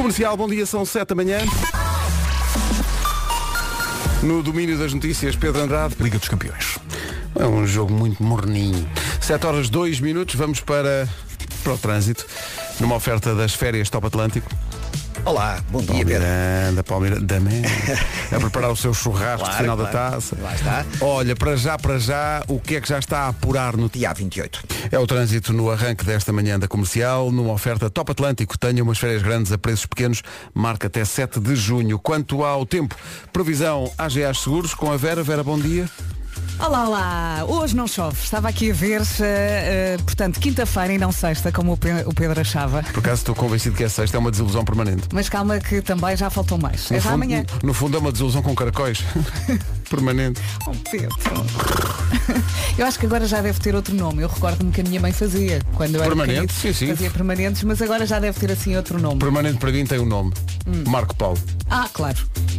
Comercial, bom dia, são 7 da manhã. No domínio das notícias, Pedro Andrade, Liga dos Campeões. É um jogo muito morninho. 7 horas 2 minutos, vamos para o trânsito, numa oferta das férias Top Atlântico. Olá, bom dia, Pedro. Paulo Miranda, a preparar o seu churrasco de final da taça. Lá está. Olha, para já, o que é que já está a apurar no Dia 28. É o trânsito no arranque desta manhã da Comercial, numa oferta Top Atlântico. Tenha umas férias grandes a preços pequenos, marca até 7 de junho. Quanto ao tempo, previsão AGA Seguros com a Vera. Vera, bom dia. Olá, olá. Hoje não chove. Estava aqui a ver, portanto, quinta-feira e não sexta, como o Pedro achava. Por acaso estou convencido que é sexta, é uma desilusão permanente. Mas calma que também já faltam mais. É já amanhã. No fundo é uma desilusão com caracóis. Permanente. Oh, Pedro. Eu acho que agora já deve ter outro nome. Eu recordo-me que a minha mãe fazia quando eu era permanente, pequenito, sim. Fazia permanentes, mas agora já deve ter assim outro nome. Permanente para mim tem um nome. Marco Paulo. Ah, claro.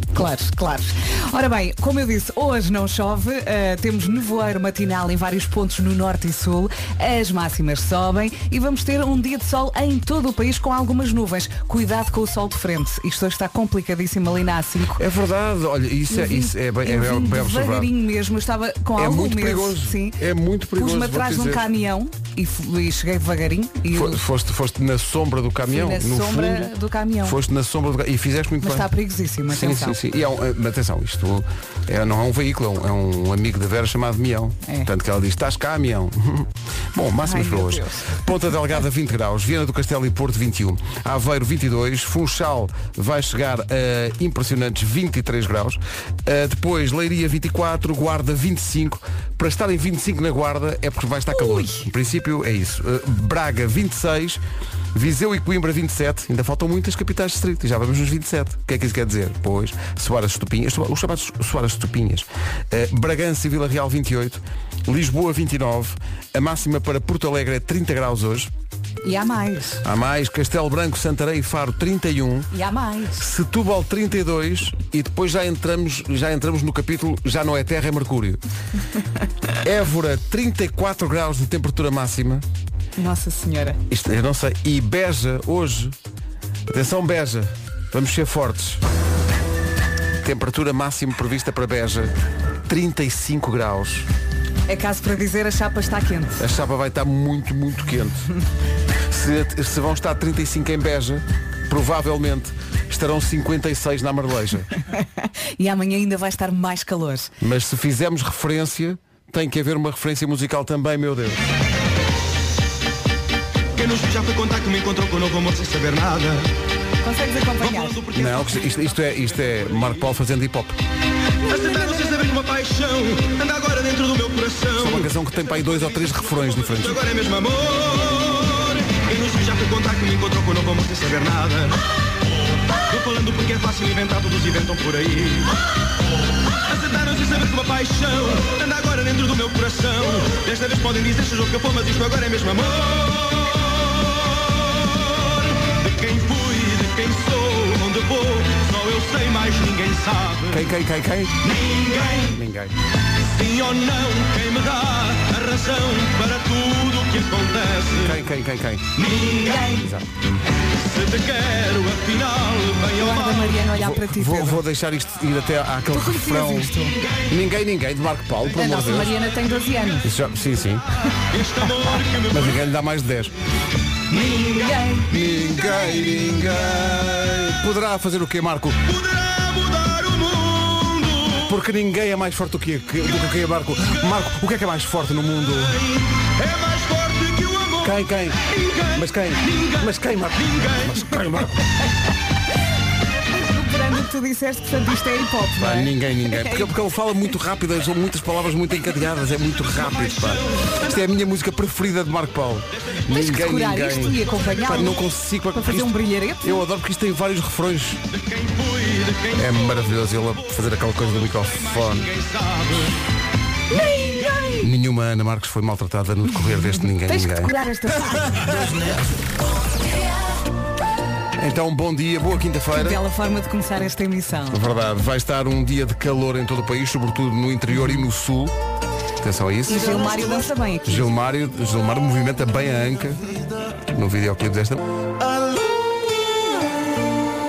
Ora bem, como eu disse, hoje não chove, temos nevoeiro matinal em vários pontos no norte e sul, as máximas sobem e vamos ter um dia de sol em todo o país com algumas nuvens. Cuidado com o sol de frente, isto hoje está complicadíssimo ali na A5. É verdade, olha, isso é bem observado. Devagarinho mesmo, eu estava com algum muito medo. Perigoso. Sim. É muito perigoso. Pus-me atrás de um caminhão e cheguei devagarinho. E foste na sombra do caminhão? Na sombra do caminhão. Foste na sombra do caminhão e fizeste muito Mas bem. está perigosíssimo, atenção. Sim. E atenção, isto não é um veículo, é um amigo da Vera chamado Mião. Portanto que ela diz, estás cá, Mião. Bom, máximas para hoje. Ponta Delgada 20 graus, Viana do Castelo e Porto 21, Aveiro 22, Funchal vai chegar a impressionantes 23 graus, depois Leiria 24, Guarda 25, para estar em 25 na Guarda é porque vai estar calor. Em princípio é isso. Braga 26, Viseu e Coimbra 27, ainda faltam muitas capitais de distrito e já vamos nos 27. O que é que isso quer dizer? Pois, Soares Estupinhas, os chamados Soares Estupinhas. Bragança e Vila Real 28, Lisboa 29, a máxima para Porto Alegre é 30 graus hoje. E há mais. Há mais, Castelo Branco, Santarém e Faro 31. E há mais. Setúbal 32 e depois já entramos no capítulo já não é terra, é mercúrio. Évora 34 graus de temperatura máxima. Nossa Senhora. Isto eu não sei. E Beja hoje, atenção Beja, vamos ser fortes. Temperatura máxima prevista para Beja 35 graus. É caso para dizer, a chapa está quente. A chapa vai estar muito, muito quente. Se vão estar 35 em Beja, provavelmente estarão 56 na Marleja. E amanhã ainda vai estar mais calor. Mas se fizermos referência, tem que haver uma referência musical também, meu Deus. Quem nos já foi contar que me encontrou com o novo amor sem saber nada. Consegues acompanhar? Não, isto é Marco Paulo fazendo hip-hop. Aceitaram sem saber que uma paixão anda agora dentro do meu coração. É uma canção que tem para aí 2 ou 3 refrões diferentes. Agora é mesmo amor. Quem nos já foi contar que me encontrou com o novo amor sem saber nada. Estou falando porque é fácil inventar, todos inventam por aí. Aceitaram sem saber que uma paixão anda agora dentro do meu coração. Desta vez podem dizer seja o que for, mas isto agora é mesmo amor. De quem fui, de quem sou, onde vou, só eu sei, mais ninguém sabe. Quem? Ninguém. Sim ou não, quem me dá a razão para tudo o que acontece? Quem? Ninguém. Exato. Se te quero, afinal, bem ou Guarda mal. Mariana olhar para ti. Vou deixar isto ir até àquele Tu refrão. conhecias isto? Ninguém, de Marco Paulo, pelo A amor de nossa Deus. Mariana tem 12 anos. Isso já, sim. Este amor que me Mas ninguém lhe dá mais de 10. Ninguém. Ninguém. Poderá fazer o quê, Marco? poderá mudar o mundo. Porque ninguém é mais forte do que é Marco. Marco, o que é mais forte no mundo? É mais forte que o amor. Quem? Mas quem, Marco? Recuperando o que tu disseste, portanto isto é hip hop, não Pá, é? ninguém. Porque ele fala muito rápido, são muitas palavras muito encadeadas, é muito rápido, pá. Isto é a minha música preferida de Marco Paulo. Tens que decorar isto e acompanhá-lo. Pá, não consigo. Para fazer um brilharete. Eu adoro porque isto tem vários refrões. É maravilhoso ele a fazer aquela coisa do microfone. Nenhuma Ana Marques foi maltratada no decorrer deste ninguém. Tens que decorar esta frase. Então, bom dia, boa quinta-feira. Bela forma de começar esta emissão. Verdade, vai estar um dia de calor em todo o país, sobretudo no interior e no sul. Atenção a isso. E Gilmário dança bem aqui. Gilmário movimenta bem a anca no videoclipe desta.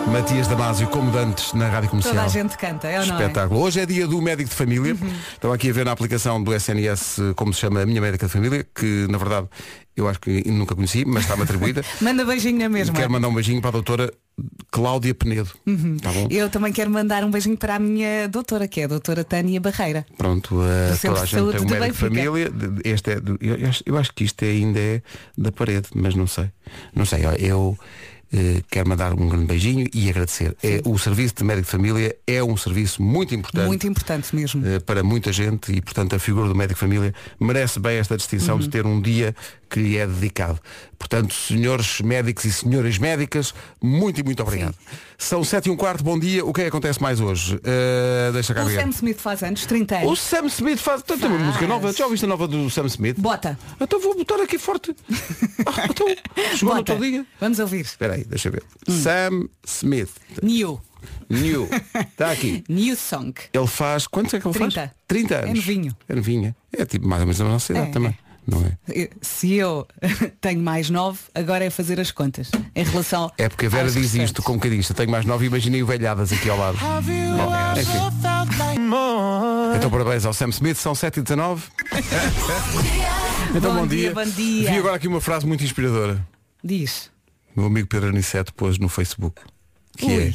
Matias Damasio, como dantes na Rádio Comercial. Toda a gente canta, é ou não é? Espetáculo. Hoje é dia do médico de família. Estão aqui a ver na aplicação do SNS como se chama a minha médica de família, que na verdade eu acho que nunca conheci, mas está-me atribuída. Manda beijinho na mesma. Quero mandar um beijinho para a doutora Cláudia Penedo. Tá bom? Eu também quero mandar um beijinho para a minha doutora, que é a doutora Tânia Barreira. Pronto, toda a gente tem um médico de família. Este é eu acho que isto ainda é da parede, mas não sei. Não sei, eu quero mandar um grande beijinho e agradecer. O serviço de médico de família é um serviço muito importante. Muito importante mesmo. Para muita gente e, portanto, a figura do médico de família merece bem esta distinção de ter um dia que lhe é dedicado. Portanto, senhores médicos e senhoras médicas, muito e muito obrigado. Sim. São 7h15, bom dia. O que é que acontece mais hoje? Deixa cá ver. O Sam Smith faz anos, 30 anos. O Sam Smith faz tem uma música nova. Já ouviste a nova do Sam Smith? Bota. Então vou botar aqui forte. Então, chegou no outro dia. Vamos ouvir. Espera aí, deixa eu ver. Sam Smith. New. Está aqui. New song. Ele faz, quantos é que ele 30. faz? 30 anos. É novinho. É novinho. É tipo mais ou menos a nossa idade também. Não é? Se eu tenho mais 9, agora é fazer as contas em relação. É porque a Vera diz isto como que diz, eu tenho mais 9 e imaginei o velhadas aqui ao lado. Bom, enfim. Então parabéns ao Sam Smith, são 7h19. Então bom dia. Vi agora aqui uma frase muito inspiradora. Diz. Meu amigo Pedro Aniceto pôs no Facebook. Que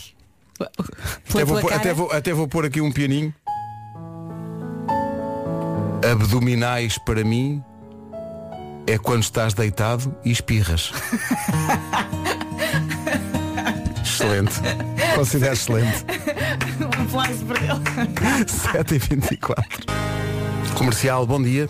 até vou pôr aqui um pianinho. Abdominais para mim é quando estás deitado e espirras. Excelente. Considero excelente. Um aplauso para ele. 7h24. Comercial, bom dia.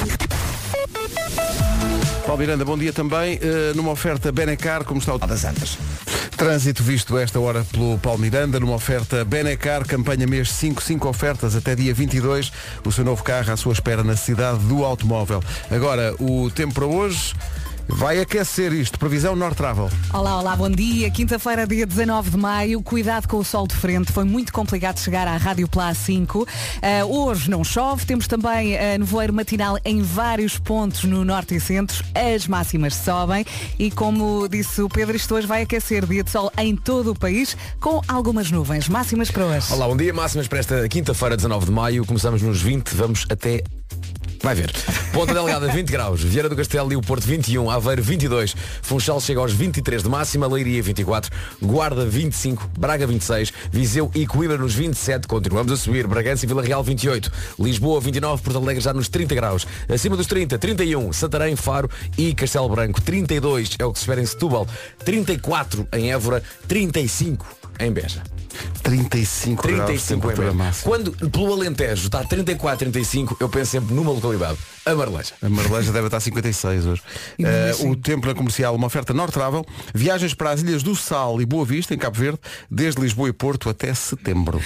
Paulo Miranda, bom dia também. Numa oferta Benecar, como está o das Antas. Trânsito visto esta hora pelo Paulo Miranda, numa oferta Benecar, campanha mês 5 ofertas até dia 22. O seu novo carro à sua espera na cidade do automóvel. Agora, o tempo para hoje vai aquecer isto. Previsão North Travel. Olá, bom dia. Quinta-feira, dia 19 de maio. Cuidado com o sol de frente. Foi muito complicado chegar à Rádio Plá 5. Hoje não chove. Temos também nevoeiro matinal em vários pontos no norte e centro. As máximas sobem. E como disse o Pedro, isto hoje vai aquecer. Dia de sol em todo o país, com algumas nuvens. Máximas para hoje. Olá, bom dia. Máximas para esta quinta-feira, 19 de maio. Começamos nos 20, vamos até... Vai ver. Ponta Delgada 20 graus, Vieira do Castelo e o Porto 21, Aveiro 22, Funchal chega aos 23 de máxima, Leiria 24, Guarda 25, Braga 26, Viseu e Coimbra nos 27, continuamos a subir, Bragança e Vila Real 28, Lisboa 29, Porto Alegre já nos 30 graus, acima dos 30, 31, Santarém, Faro e Castelo Branco, 32 é o que se espera em Setúbal, 34 em Évora, 35 em Beja. 35 graus, temperatura máxima. Quando pelo Alentejo está 34, 35, eu penso sempre numa localidade, a Marleja. A Marleja deve estar 56 hoje. O tempo na comercial, uma oferta North Travel, viagens para as Ilhas do Sal e Boa Vista, em Cabo Verde, desde Lisboa e Porto até setembro.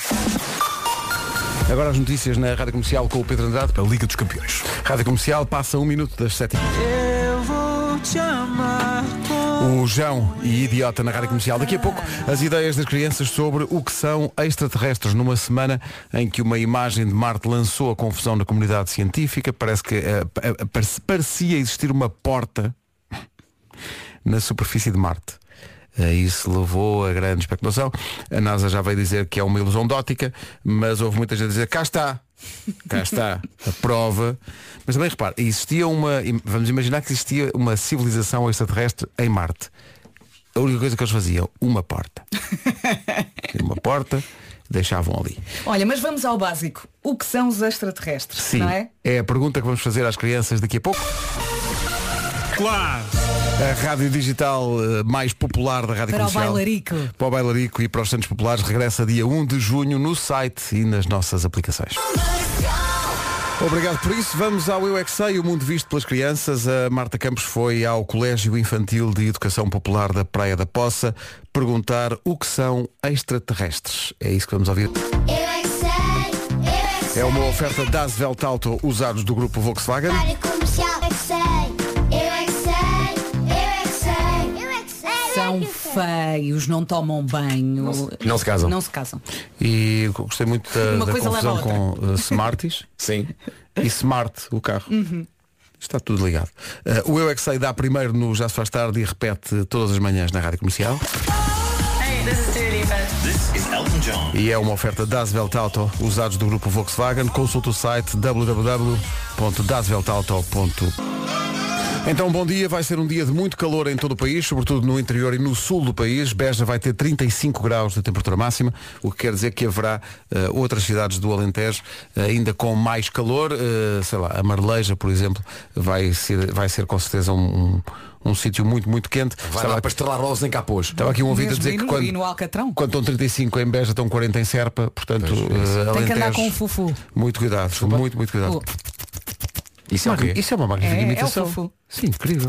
Agora as notícias na Rádio Comercial com o Pedro Andrade, a Liga dos Campeões. Rádio Comercial passa 1 minuto das 7h. Eu vou te amar. O João e Idiota na Rádio Comercial. Daqui a pouco as ideias das crianças sobre o que são extraterrestres, numa semana em que uma imagem de Marte lançou a confusão na comunidade científica. Parece que parecia existir uma porta na superfície de Marte. Isso levou a grande especulação. A NASA já veio dizer que é uma ilusão de óptica, mas houve muita gente a dizer cá está a prova. Mas também repare, vamos imaginar que existia uma civilização extraterrestre em Marte. A única coisa que eles faziam, uma porta, deixavam ali. Olha, mas vamos ao básico. O que são os extraterrestres? Sim, não é? É a pergunta que vamos fazer às crianças daqui a pouco. Claro. A rádio digital mais popular da Rádio Comercial. Para o Bailarico. Para o Bailarico e para os Santos Populares regressa dia 1 de junho no site e nas nossas aplicações. Obrigado por isso. Vamos ao Eu é que Sei, o mundo visto pelas crianças. A Marta Campos foi ao Colégio Infantil de Educação Popular da Praia da Poça perguntar o que são extraterrestres. É isso que vamos ouvir. Eu é que sei, eu é que sei. É uma oferta da Asvelt Auto, usados do grupo Volkswagen. Rádio Comercial, eu é que sei, eu é que sei, eu é que sei, eu é que sei. São feios, não tomam banho. Não se casam. Não se casam. E gostei muito Uma da coisa confusão leva a com Smarties. Sim. E Smart, o carro. Está tudo ligado. O Eu é que Sei dá primeiro no Já se faz tarde e repete todas as manhãs na Rádio Comercial. This is Elton John. E é uma oferta Das Welt Auto, usados do grupo Volkswagen. Consulte o site www.dasweltauto.com. Então, bom dia. Vai ser um dia de muito calor em todo o país, sobretudo no interior e no sul do país. Beja vai ter 35 graus de temperatura máxima, o que quer dizer que haverá outras cidades do Alentejo ainda com mais calor. Sei lá, a Marleja, por exemplo, vai ser com certeza um sítio muito, muito quente. Vai lá para estrelar rosas em Capôs. Estava aqui um ouvido a dizer que quando estão 35 em Beja, estão 40 em Serpa. Portanto, tem que andar com o fufu. Muito cuidado, muito, muito cuidado. Isso é uma magnífica imitação. É o fufu. Sim, incrível.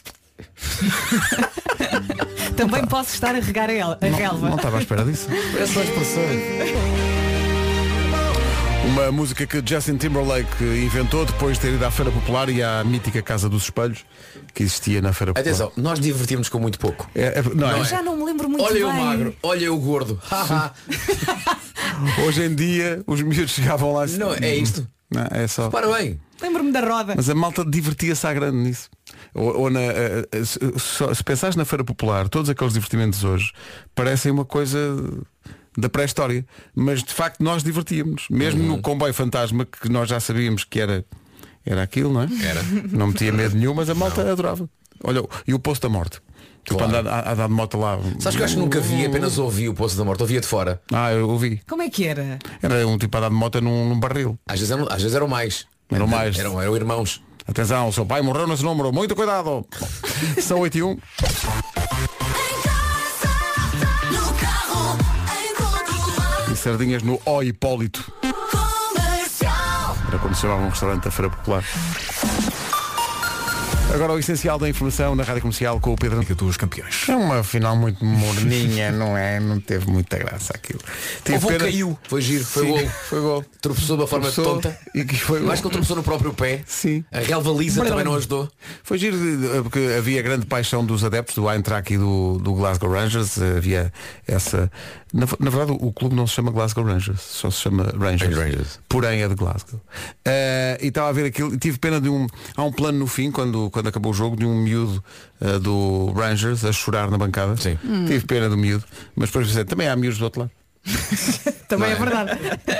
Também posso estar a regar a relva. Não estava à espera disso. É só expressões. Uma música que Justin Timberlake inventou depois de ter ido à Feira Popular e à mítica Casa dos Espelhos que existia na Feira Popular. Atenção, nós divertimos com muito pouco. Eu já não me lembro muito olha bem. Olha o magro, olha o gordo. Hoje em dia os miúdos chegavam lá. Não, é isto. Não, é só. Para bem. Lembro-me da roda. Mas a malta divertia-se à grande nisso. Se pensares na Feira Popular, todos aqueles divertimentos hoje parecem uma coisa da pré-história. Mas de facto nós divertíamos. Mesmo no comboio fantasma, que nós já sabíamos que era aquilo, não é? Era. Não metia medo nenhum, mas a malta adorava. Olha, e o Poço da Morte. Tipo, Claro. a dar de moto lá. Sabes que eu acho que nunca vi, apenas ouvi o Poço da Morte, ouvia de fora. Eu ouvi. Como é que era? Era um tipo a dar de moto num barril. Às vezes eram mais. Eram mais. Eram irmãos. Atenção, o seu pai morreu nesse número. Muito cuidado. São 8 e 1. E sardinhas no O Hipólito. Era como se chamava um restaurante da Feira Popular. Agora o essencial da informação na Rádio Comercial com o Pedro dos Campeões. É uma final muito morninha, não é? Não teve muita graça aquilo. O voo caiu, foi giro, foi gol. Foi gol. Tropeçou de uma forma tonta. E que foi Mais que ele tropeçou no próprio pé. Sim. A relva lisa também não ajudou. Foi giro porque havia grande paixão dos adeptos do Eintracht e do Glasgow Rangers. Havia essa... Na verdade o clube não se chama Glasgow Rangers, só se chama Rangers. Porém é de Glasgow. E estava a ver aquilo, tive pena de há um plano no fim, quando acabou o jogo, de um miúdo do Rangers a chorar na bancada. Sim. Tive pena do miúdo, mas depois pensei, também há miúdos do outro lado. Também é verdade.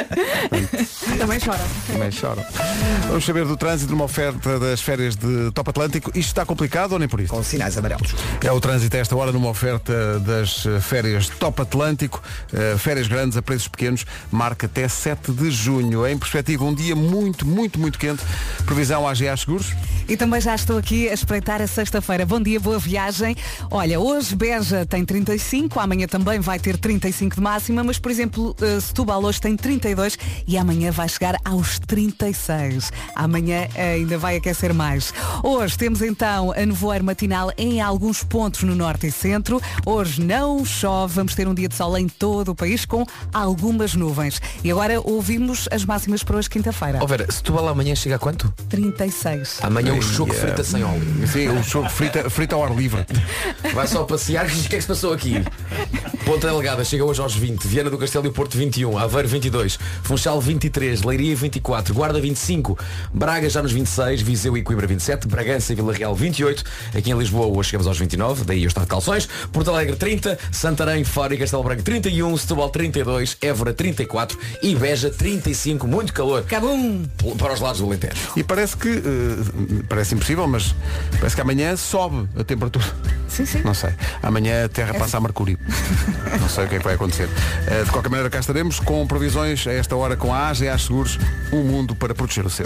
Também choram. Vamos saber do trânsito numa oferta das férias de Top Atlântico. Isto está complicado ou nem por isso? Com sinais amarelos. É o trânsito a esta hora numa oferta das férias Top Atlântico. Férias grandes a preços pequenos. Marca até 7 de junho. Em perspectiva, um dia muito, muito, muito quente. Previsão AGA Seguros. E também já estou aqui a espreitar a sexta-feira. Bom dia, boa viagem. Olha, hoje Beja tem 35, amanhã também vai ter 35 de máxima, mas, por exemplo, Setúbal hoje tem 32 e amanhã vai chegar aos 36. Amanhã ainda vai aquecer mais. Hoje temos então a nevoeiro matinal em alguns pontos no norte e centro. Hoje não chove, vamos ter um dia de sol em todo o país com algumas nuvens. E agora ouvimos as máximas para hoje, quinta-feira. Vera, Setúbal amanhã chega a quanto? 36. Amanhã o choco frita sem óleo. Sim, o choco frita ao ar livre. Vai só passear. O que é que se passou aqui? Ponta Delgada chega hoje aos 20, Viana do Castelo e o Porto 21, Aveiro 22, Funchal 23, Leiria 24, Guarda 25, Braga já nos 26, Viseu e Coimbra 27, Bragança e Vila Real 28, aqui em Lisboa hoje chegamos aos 29, daí o estado de calções, Porto Alegre 30, Santarém, Faro e Castelo Branco 31, Setúbal 32, Évora 34 e Beja 35, muito calor. Cabum! Para os lados do Alentejo. E parece que, parece impossível, mas parece que amanhã sobe a temperatura. Sim, sim. Não sei. Amanhã a Terra passa a Mercúrio. Não sei o que é que vai acontecer. De qualquer maneira, cá estaremos com previsões a esta hora com a AGA Seguros, um mundo para proteger o seu.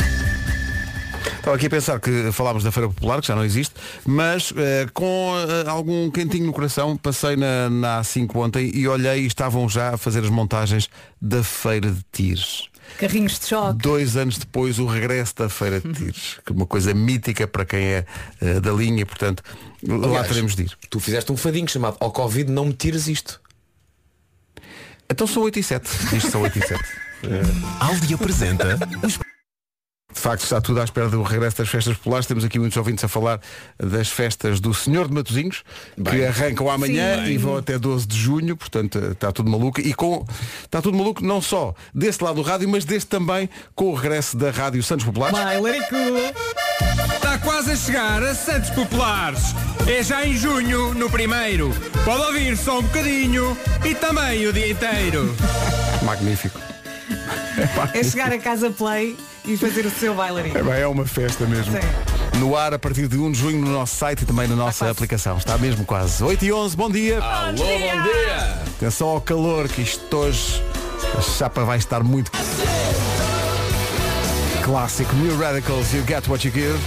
Estava aqui a pensar que falámos da Feira Popular, que já não existe, mas com algum quentinho no coração, passei na A5 ontem e olhei e estavam já a fazer as montagens da Feira de Tires. Carrinhos de choque. 2 anos depois, o regresso da Feira de Tires, que é uma coisa mítica para quem é da linha, portanto, lá teremos de ir. Tu fizeste um fadinho chamado ao Covid não me tires isto. Então são 8 e 7. Isto são 8 e 7. Aldi apresenta De facto está tudo à espera do regresso das festas populares. Temos aqui muitos ouvintes a falar das festas do Senhor de Matosinhos, que arrancam amanhã e vão até 12 de junho, portanto está tudo maluco. E está tudo maluco não só desse lado do rádio, mas deste também com o regresso da Rádio Santos Populares. Vai, Lerico! Está quase a chegar a Santos Populares. É já em junho, no primeiro. Pode ouvir só um bocadinho e também o dia inteiro. Magnífico. É chegar a casa Play e fazer o seu bailarino. É uma festa mesmo. Sim. No ar a partir de 1 de junho no nosso site e também na nossa aplicação. Está mesmo quase. 8h11, bom dia. Alô, bom dia. Atenção ao calor, que isto hoje a chapa vai estar muito... Clássico New Radicals, You Get What You Give.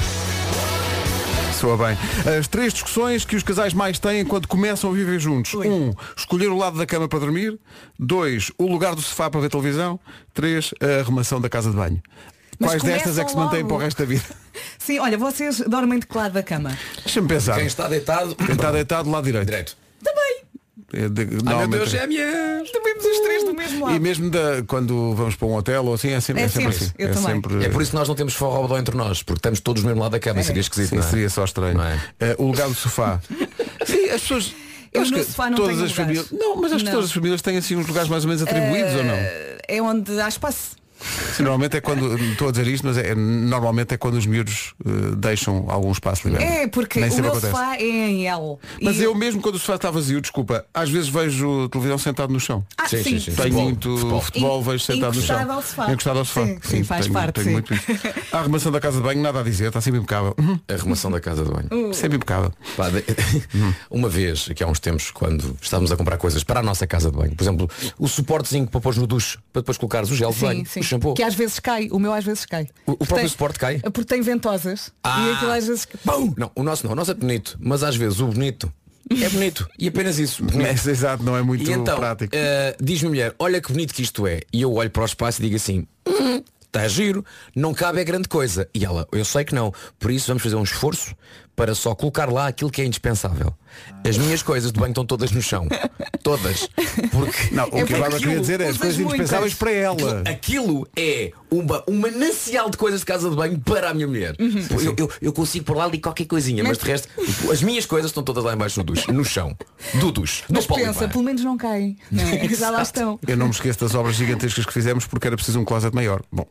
Soa bem. As 3 discussões que os casais mais têm quando começam a viver juntos. 1. Escolher o lado da cama para dormir. 2. O lugar do sofá para ver televisão. 3. A arrumação da casa de banho. Mas quais destas é que se mantêm para o resto da vida? Sim, olha, vocês dormem de que lado da cama? Deixa-me pensar. Quem está deitado? Quem está deitado do lado direito. Também. Meu Deus, é minha. Dormimos os 3 do mesmo lado. E mesmo quando vamos para um hotel ou assim, é sempre assim. Eu também. É por isso que nós não temos forró entre nós, porque estamos todos do mesmo lado da cama, seria esquisito. Sim, não é? seria só estranho. Não é? O lugar do sofá. Sim, as pessoas. Eu acho no que sofá não todas tenho as lugares. famílias. Não, mas acho que todas as famílias têm assim uns lugares mais ou menos atribuídos ou não? É onde há espaço. Sim, normalmente é quando, estou a dizer isto, mas normalmente é quando os miúdos deixam algum espaço livre. É, porque Nem o sempre meu acontece. sofá é em L. Mas eu mesmo quando o sofá está vazio, desculpa, às vezes vejo televisão sentado no chão. Sim. Tenho muito futebol, vejo sentado no chão. Encostado ao sofá. Encostado ao sofá. Sim, faz parte. Tenho sim. muito isso. A arrumação da casa de banho, nada a dizer, está sempre impecável. A arrumação da casa de banho. Sempre impecável. Pá, uma vez, aqui há uns tempos, quando estávamos a comprar coisas para a nossa casa de banho, por exemplo, o suportezinho para pôr no duche, para depois colocares o gel de banho, o shampoo. Que às vezes cai, o meu às vezes cai. O próprio suporte cai? Porque tem ventosas. E aquilo às vezes. Pum! Não, o nosso é bonito, mas às vezes o bonito é bonito. E apenas isso. Mas, exato, não é muito e então, prático. Diz-me a mulher, olha que bonito que isto é. E eu olho para o espaço e digo assim, está giro, não cabe é grande coisa. E ela, eu sei que não. Por isso vamos fazer um esforço para só colocar lá aquilo que é indispensável. As minhas coisas de banho estão todas no chão. Todas. Porque não, o que a Bárbara queria dizer é as coisas indispensáveis para ela. Aquilo é um manancial de coisas de casa de banho para a minha mulher. Eu consigo pôr lá ali qualquer coisinha, mas de resto, as minhas coisas estão todas lá embaixo no duche, no chão. Do duche. Mas pensa, pelo menos não caem. Não é? Já lá estão. Eu não me esqueço das obras gigantescas que fizemos porque era preciso um closet maior. Bom.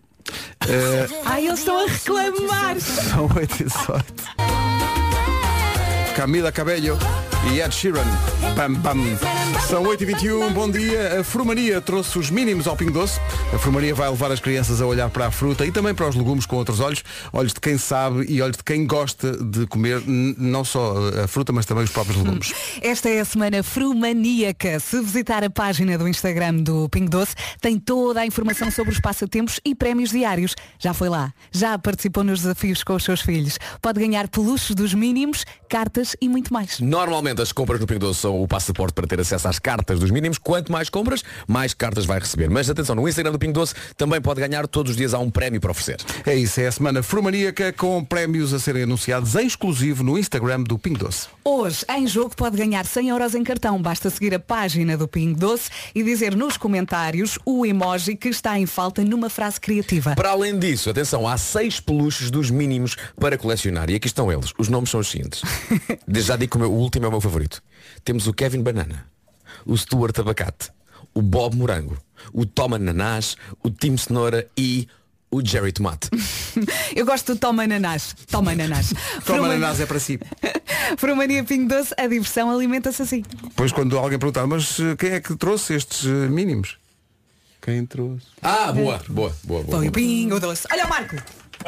Eles estão a reclamar. São 8h18. Camila Cabello e Ed Sheeran. Pam, pam. São 8h21, bom dia. A Frumania trouxe os mínimos ao Pingo Doce. A Frumania vai levar as crianças a olhar para a fruta e também para os legumes com outros olhos. Olhos de quem sabe e olhos de quem gosta de comer não só a fruta, mas também os próprios legumes. Esta é a semana frumaníaca. Se visitar a página do Instagram do Pingo Doce, tem toda a informação sobre os passatempos e prémios diários. Já foi lá, já participou nos desafios com os seus filhos. Pode ganhar peluches dos mínimos, cartas e muito mais. Normalmente as compras no Pingo Doce são o passaporte para ter acesso às cartas dos mínimos. Quanto mais compras, mais cartas vai receber. Mas atenção, no Instagram do Pingo Doce também pode ganhar, todos os dias há um prémio para oferecer. É isso, é a semana frumaníaca com prémios a serem anunciados em exclusivo no Instagram do Pingo Doce. Hoje, em jogo, pode ganhar 100 euros em cartão. Basta seguir a página do Pingo Doce e dizer nos comentários o emoji que está em falta numa frase criativa. Para além disso, atenção, há 6 peluches dos mínimos para colecionar. E aqui estão eles. Os nomes são os seguintes. Já digo que o último é o meu favorito. Temos o Kevin Banana, o Stuart Abacate, o Bob Morango, o Tom Ananás, o Tim Cenoura e o Jerry Tomate. Eu gosto do Tom Ananás. Tom Ananás. Tom Ananás é para si. Frumania Pingo Doce, a diversão alimenta-se assim. Pois quando alguém perguntar, mas quem é que trouxe estes mínimos? Quem trouxe? Boa. Foi o Pingo Doce. Olha o Marco.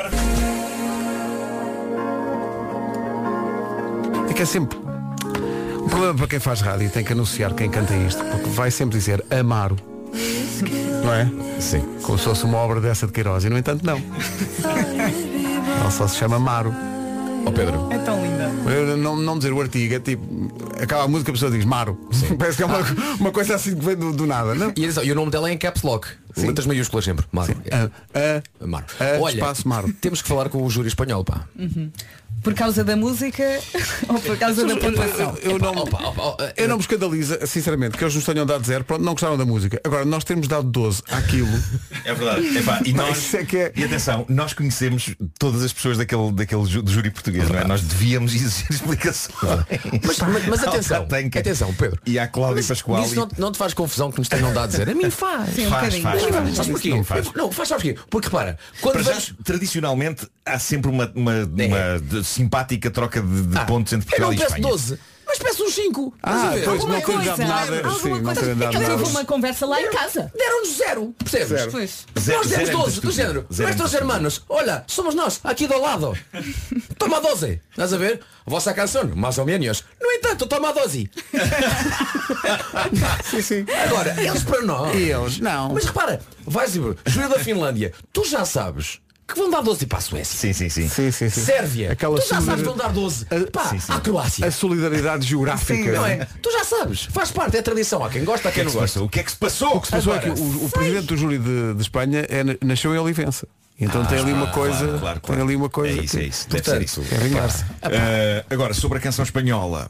É que é sempre um problema para quem faz rádio e tem que anunciar quem canta isto, porque vai sempre dizer Amaro. Não é? Sim. Como se fosse uma obra dessa de Queiroz. E no entanto não. Ela só se chama Amaro. Pedro. É tão linda. Eu não dizer o artigo, é tipo, acaba a música, a pessoa diz Maro. Parece que é uma coisa assim que vem do nada, não? E o nome dela é em caps lock. Sim. Letras maiúsculas sempre. Maro. Maro. Olha, espaço Maro. Temos que falar com o júri espanhol, pá. Por causa da música ou por causa da pontuação? Eu não me escandaliza, sinceramente, que eles nos tenham dado 0, pronto, não gostaram da música. Agora, nós temos dado 12 àquilo. É verdade. Epá, e nós, e atenção, nós conhecemos todas as pessoas daquele do júri português, não é? Nós devíamos exigir explicações. Mas atenção, Pedro. E a Cláudia Pascoal. Isso não te faz confusão que nos tenham dado 0? A mim faz. Sim, Faz. Sabes porquê? Não, faz sabes porquê? Porque repara, quando vamos... tradicionalmente há sempre uma simpática troca de pontos entre Portugal e Espanha. Eu peço 12. Mas peço uns 5. Pois não tens dado nada. Houve uma conversa lá em casa. Deram-nos 0. Percebes? Nós demos 12. Do género. Nuestros hermanos. Olha, somos nós, aqui do lado. Toma 12. Estás a ver? A vossa canção, mais ou menos. No entanto, toma 12. Sim. Agora, eles para nós. E eles, não. Mas repara, vais dizer, Júlio da Finlândia, tu já sabes que vão dar 12 para a Suécia. Sim. Sérvia, aquela tu já sabes que vão dar 12 à Croácia. A solidariedade geográfica. Não é? Tu já sabes, faz parte, é tradição. Há quem gosta, há quem não gosta. O que é que se passou? O que se passou é que o presidente do júri de Espanha nasceu em Olivença. Então tem ali uma coisa. Claro. Tem ali uma coisa. É isso. Deve ser isso. É vingar-se. Agora, sobre a canção espanhola.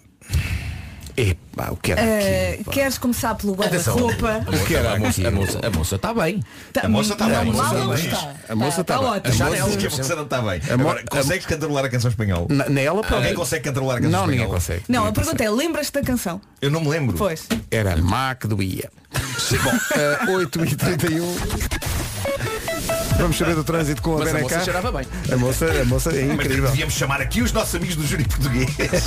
O que é queres começar pelo guarda-roupa? O que era? A moça está bem. A moça está bem. A moça está bem. A moça não está bem. Agora, consegues cantarolar a canção espanhola? Nela própria. Alguém consegue cantarolar a canção espanhola? Não, ninguém consegue. Não, a pergunta é, lembras-te da canção? Eu não me lembro. Pois. Era Má que doía. Bom, 8h31. Vamos saber do trânsito com a Benacar. Mas a moça cheirava bem. A moça é incrível. Mas devíamos chamar aqui os nossos amigos do júri português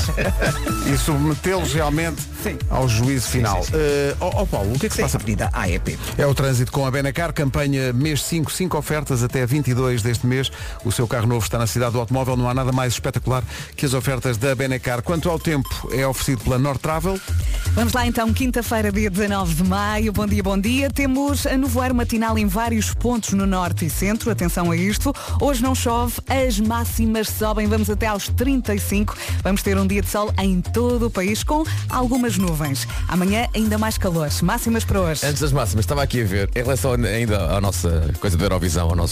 e submetê-los realmente ao juízo final. Paulo, o que é que se passa? Avenida AEP. É o trânsito com a Benacar, campanha mês 5 ofertas até 22 deste mês. O seu carro novo está na cidade do automóvel, não há nada mais espetacular que as ofertas da Benacar. Quanto ao tempo, é oferecido pela North Travel. Vamos lá então, quinta-feira, dia 19 de maio. Bom dia. Temos a nevoeiro matinal em vários pontos no norte e centro. Atenção a isto. Hoje não chove, as máximas sobem. Vamos até aos 35. Vamos ter um dia de sol em todo o país com algumas nuvens. Amanhã ainda mais calor. Máximas para hoje. Antes das máximas, estava aqui a ver, em relação ainda à nossa coisa da Eurovisão, a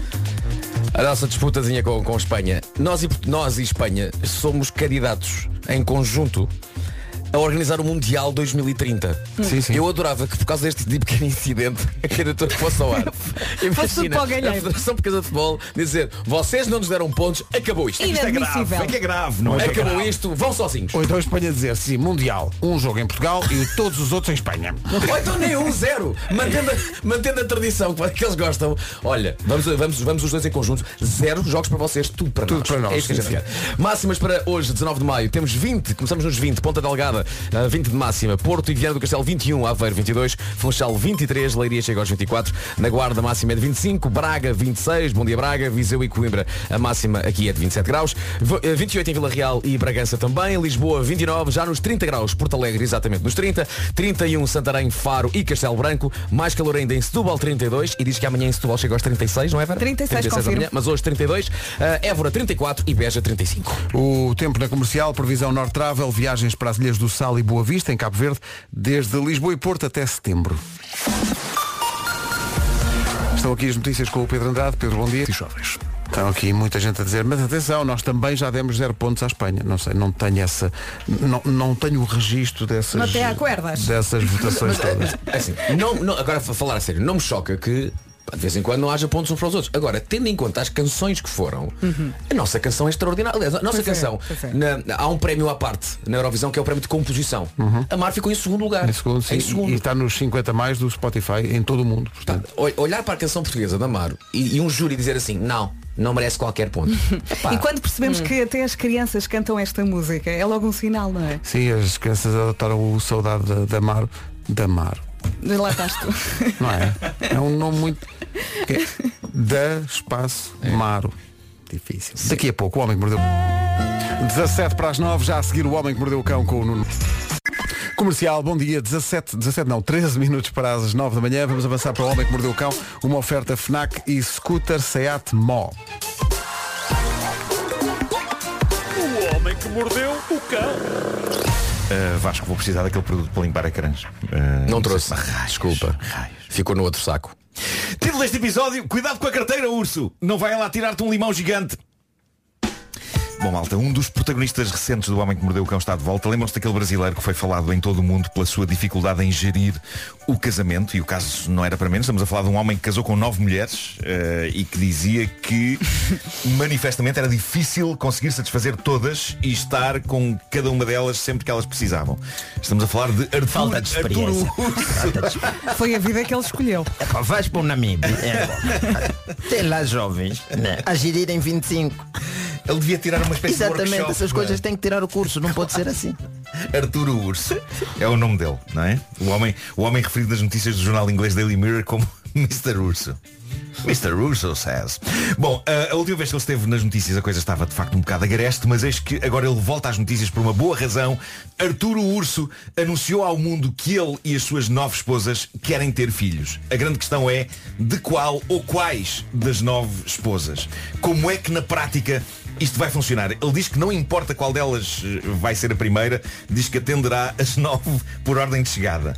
nossa disputazinha com Espanha. Nós e Espanha somos candidatos em conjunto a organizar o Mundial 2030. Sim. Eu adorava que por causa deste pequeno incidente a candidatura fosse ao ar. Imagina a Federação Portuguesa de Futebol dizer, vocês não nos deram pontos, acabou isto. Isto é grave. É que é grave, não é? Acabou isto, vão sozinhos. Ou então a Espanha dizer, sim, Mundial, um jogo em Portugal e todos os outros em Espanha. Ou então nem 0. Mantendo a tradição que eles gostam. Olha, vamos os dois em conjunto. 0 jogos para vocês, tudo para nós. É isto que a gente quer. Máximas para hoje, 19 de maio. Temos 20, começamos nos 20, Ponta Delgada 20 de máxima, Porto e Viana do Castelo 21, Aveiro 22, Funchal 23, Leiria chega aos 24, na Guarda a máxima é de 25, Braga 26, Bom Dia Braga, Viseu e Coimbra a máxima aqui é de 27 graus, 28 em Vila Real e Bragança também, Lisboa 29, já nos 30 graus, Porto Alegre exatamente nos 30, 31 Santarém, Faro e Castelo Branco, mais calor ainda em Setúbal 32 e diz que amanhã em Setúbal chega aos 36, não é, Vera? 36 amanhã, mas hoje 32, Évora 34 e Beja 35. O tempo na comercial, previsão North Travel, viagens para as Ilhas do Sal e Boa Vista, em Cabo Verde, desde Lisboa e Porto até setembro. Estão aqui as notícias com o Pedro Andrade. Pedro, bom dia. Jovens. Estão aqui muita gente a dizer, mas atenção, nós também já demos 0 pontos à Espanha. Não sei, não tenho essa. Não tenho o registro dessas. Não te acuerdas? Dessas votações todas. Assim, agora para falar a sério, não me choca que de vez em quando não haja pontos uns para os outros. Agora, tendo em conta as canções que foram, a nossa canção é extraordinária. Aliás, a nossa canção, há um prémio à parte na Eurovisão que é o prémio de composição. A Mar ficou em segundo lugar. Em segundo, sim, e está nos 50 mais do Spotify em todo o mundo. Portanto. Olhar para a canção portuguesa da Mar e um júri dizer assim, não merece qualquer ponto. E quando percebemos que até as crianças cantam esta música, é logo um sinal, não é? Sim, as crianças adotaram o saudade da Mar. Lá estás tu. Não é? É um nome muito. Da espaço Maro. Difícil. Sim. Daqui a pouco, o Homem que Mordeu. 17 para as 9, já a seguir o Homem que Mordeu o Cão com o Nuno. Comercial, bom dia, 13 minutos para as 9 da manhã. Vamos avançar para o Homem que Mordeu o Cão. Uma oferta FNAC e Scooter Seat Mó. O Homem que Mordeu o Cão. Vasco, vou precisar daquele produto para limpar ecrãs. Não trouxe. Desculpa. Ficou no outro saco. Título deste episódio: cuidado com a carteira, urso. Não vai lá tirar-te um limão gigante. Bom, malta, um dos protagonistas recentes do Homem que Mordeu o Cão está de volta. Lembram-se daquele brasileiro que foi falado em todo o mundo pela sua dificuldade em gerir o casamento, e o caso não era para menos. Estamos a falar de um homem que casou com 9 mulheres e que dizia que manifestamente era difícil conseguir satisfazer todas e estar com cada uma delas sempre que elas precisavam. Estamos a falar de Falta de experiência. Foi a vida que ele escolheu. Vais para o Namíbia. Tem lá jovens, né, a gerirem 25. Ele devia tirar uma espécie de workshop. Exatamente, essas coisas têm que tirar o curso, não pode ser assim. Arturo Urso é o nome dele, não é? O homem referido nas notícias do jornal inglês Daily Mirror como Mr. Urso. Mr. Urso says. Bom, a última vez que ele esteve nas notícias a coisa estava de facto um bocado agreste, mas eis que agora ele volta às notícias por uma boa razão. Arturo Urso anunciou ao mundo que ele e as suas 9 esposas querem ter filhos. A grande questão é de qual ou quais das 9 esposas. Como é que na prática isto vai funcionar? Ele diz que não importa qual delas vai ser a primeira, diz que atenderá as 9 por ordem de chegada.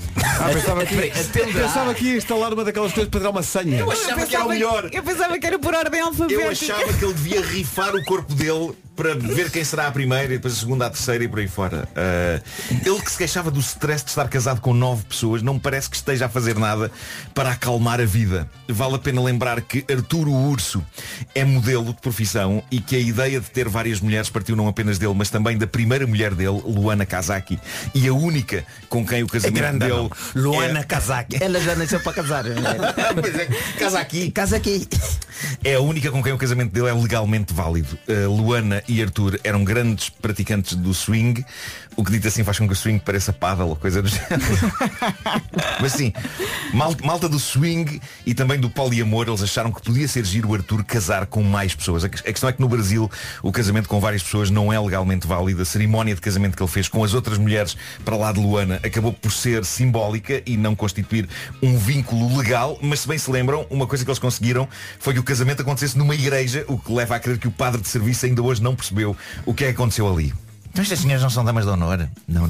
Pensava que ia instalar uma daquelas coisas para dar uma senha. Eu achava que era o melhor. Eu pensava que era por ordem alfabética. Eu achava que ele devia rifar o corpo dele para ver quem será a primeira e depois a segunda, a terceira e por aí fora. Ele que se queixava do stress de estar casado com 9 pessoas, não me parece que esteja a fazer nada para acalmar a vida. Vale a pena lembrar que Arturo Urso é modelo de profissão e que a ideia de ter várias mulheres partiu não apenas dele, mas também da primeira mulher dele, Luana Kazaki, e a única com quem o casamento dele... Luana Kazaki. Ela já nasceu para casar. Pois é, Kazaki. Kazaki. É a única com quem o casamento dele é legalmente válido. Luana e Arthur eram grandes praticantes do swing, o que dito assim faz com que o swing pareça paddle ou coisa do género. Mas sim, malta do swing e também do poliamor, eles acharam que podia ser giro o Arthur casar com mais pessoas. A questão é que no Brasil o casamento com várias pessoas não é legalmente válido. A cerimónia de casamento que ele fez com as outras mulheres para lá de Luana acabou por ser simbólica e não constituir um vínculo legal, mas se bem se lembram, uma coisa que eles conseguiram foi que o casamento acontecesse numa igreja, o que leva a crer que o padre de serviço ainda hoje não percebeu o que é que aconteceu ali. Então estas senhoras não são damas de honor? Não.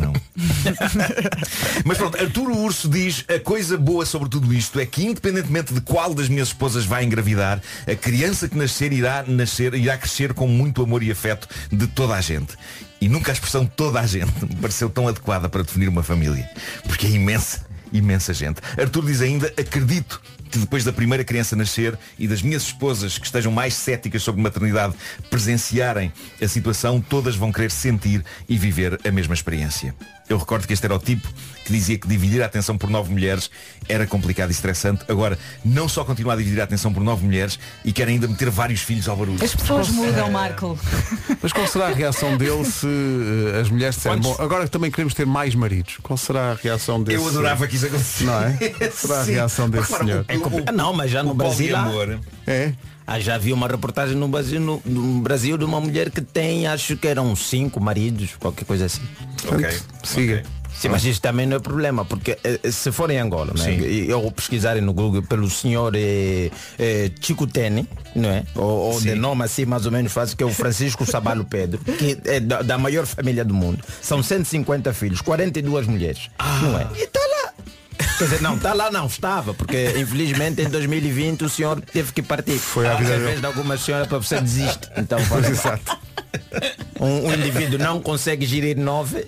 Mas pronto, Arturo Urso diz: a coisa boa sobre tudo isto é que independentemente de qual das minhas esposas vai engravidar, a criança que irá crescer com muito amor e afeto de toda a gente. E nunca a expressão toda a gente me pareceu tão adequada para definir uma família, porque é imensa gente. Arturo diz ainda: acredito que depois da primeira criança nascer e das minhas esposas que estejam mais céticas sobre maternidade presenciarem a situação, todas vão querer sentir e viver a mesma experiência. Eu recordo que este era o tipo que dizia que dividir a atenção por 9 mulheres era complicado e estressante. Agora, não só continua a dividir a atenção por 9 mulheres e quer ainda meter vários filhos ao barulho. As pessoas mudam, Marco. Mas qual será a reação dele se as mulheres disserem: bom, agora também queremos ter mais maridos? Qual será a reação desse? Eu adorava que isso acontecesse. Não é? Qual será a reação desse senhor? Não, mas já no Brasil é? Já vi uma reportagem no Brasil de uma mulher que tem, acho que eram 5 maridos, qualquer coisa assim. Ok, siga. Sim, mas isso também não é problema, porque se for em Angola, né, eu pesquisarem no Google pelo senhor Chico Tene, não é? Ou de nome assim mais ou menos fácil, que é o Francisco Sabalo Pedro, que é da maior família do mundo. São 150 filhos, 42 mulheres, não é? E está lá. Quer dizer, não, está lá não, estava, porque infelizmente em 2020 o senhor teve que partir. Foi a vida através de alguma senhora para você desiste. Então, exato. Um indivíduo não consegue gerir 9.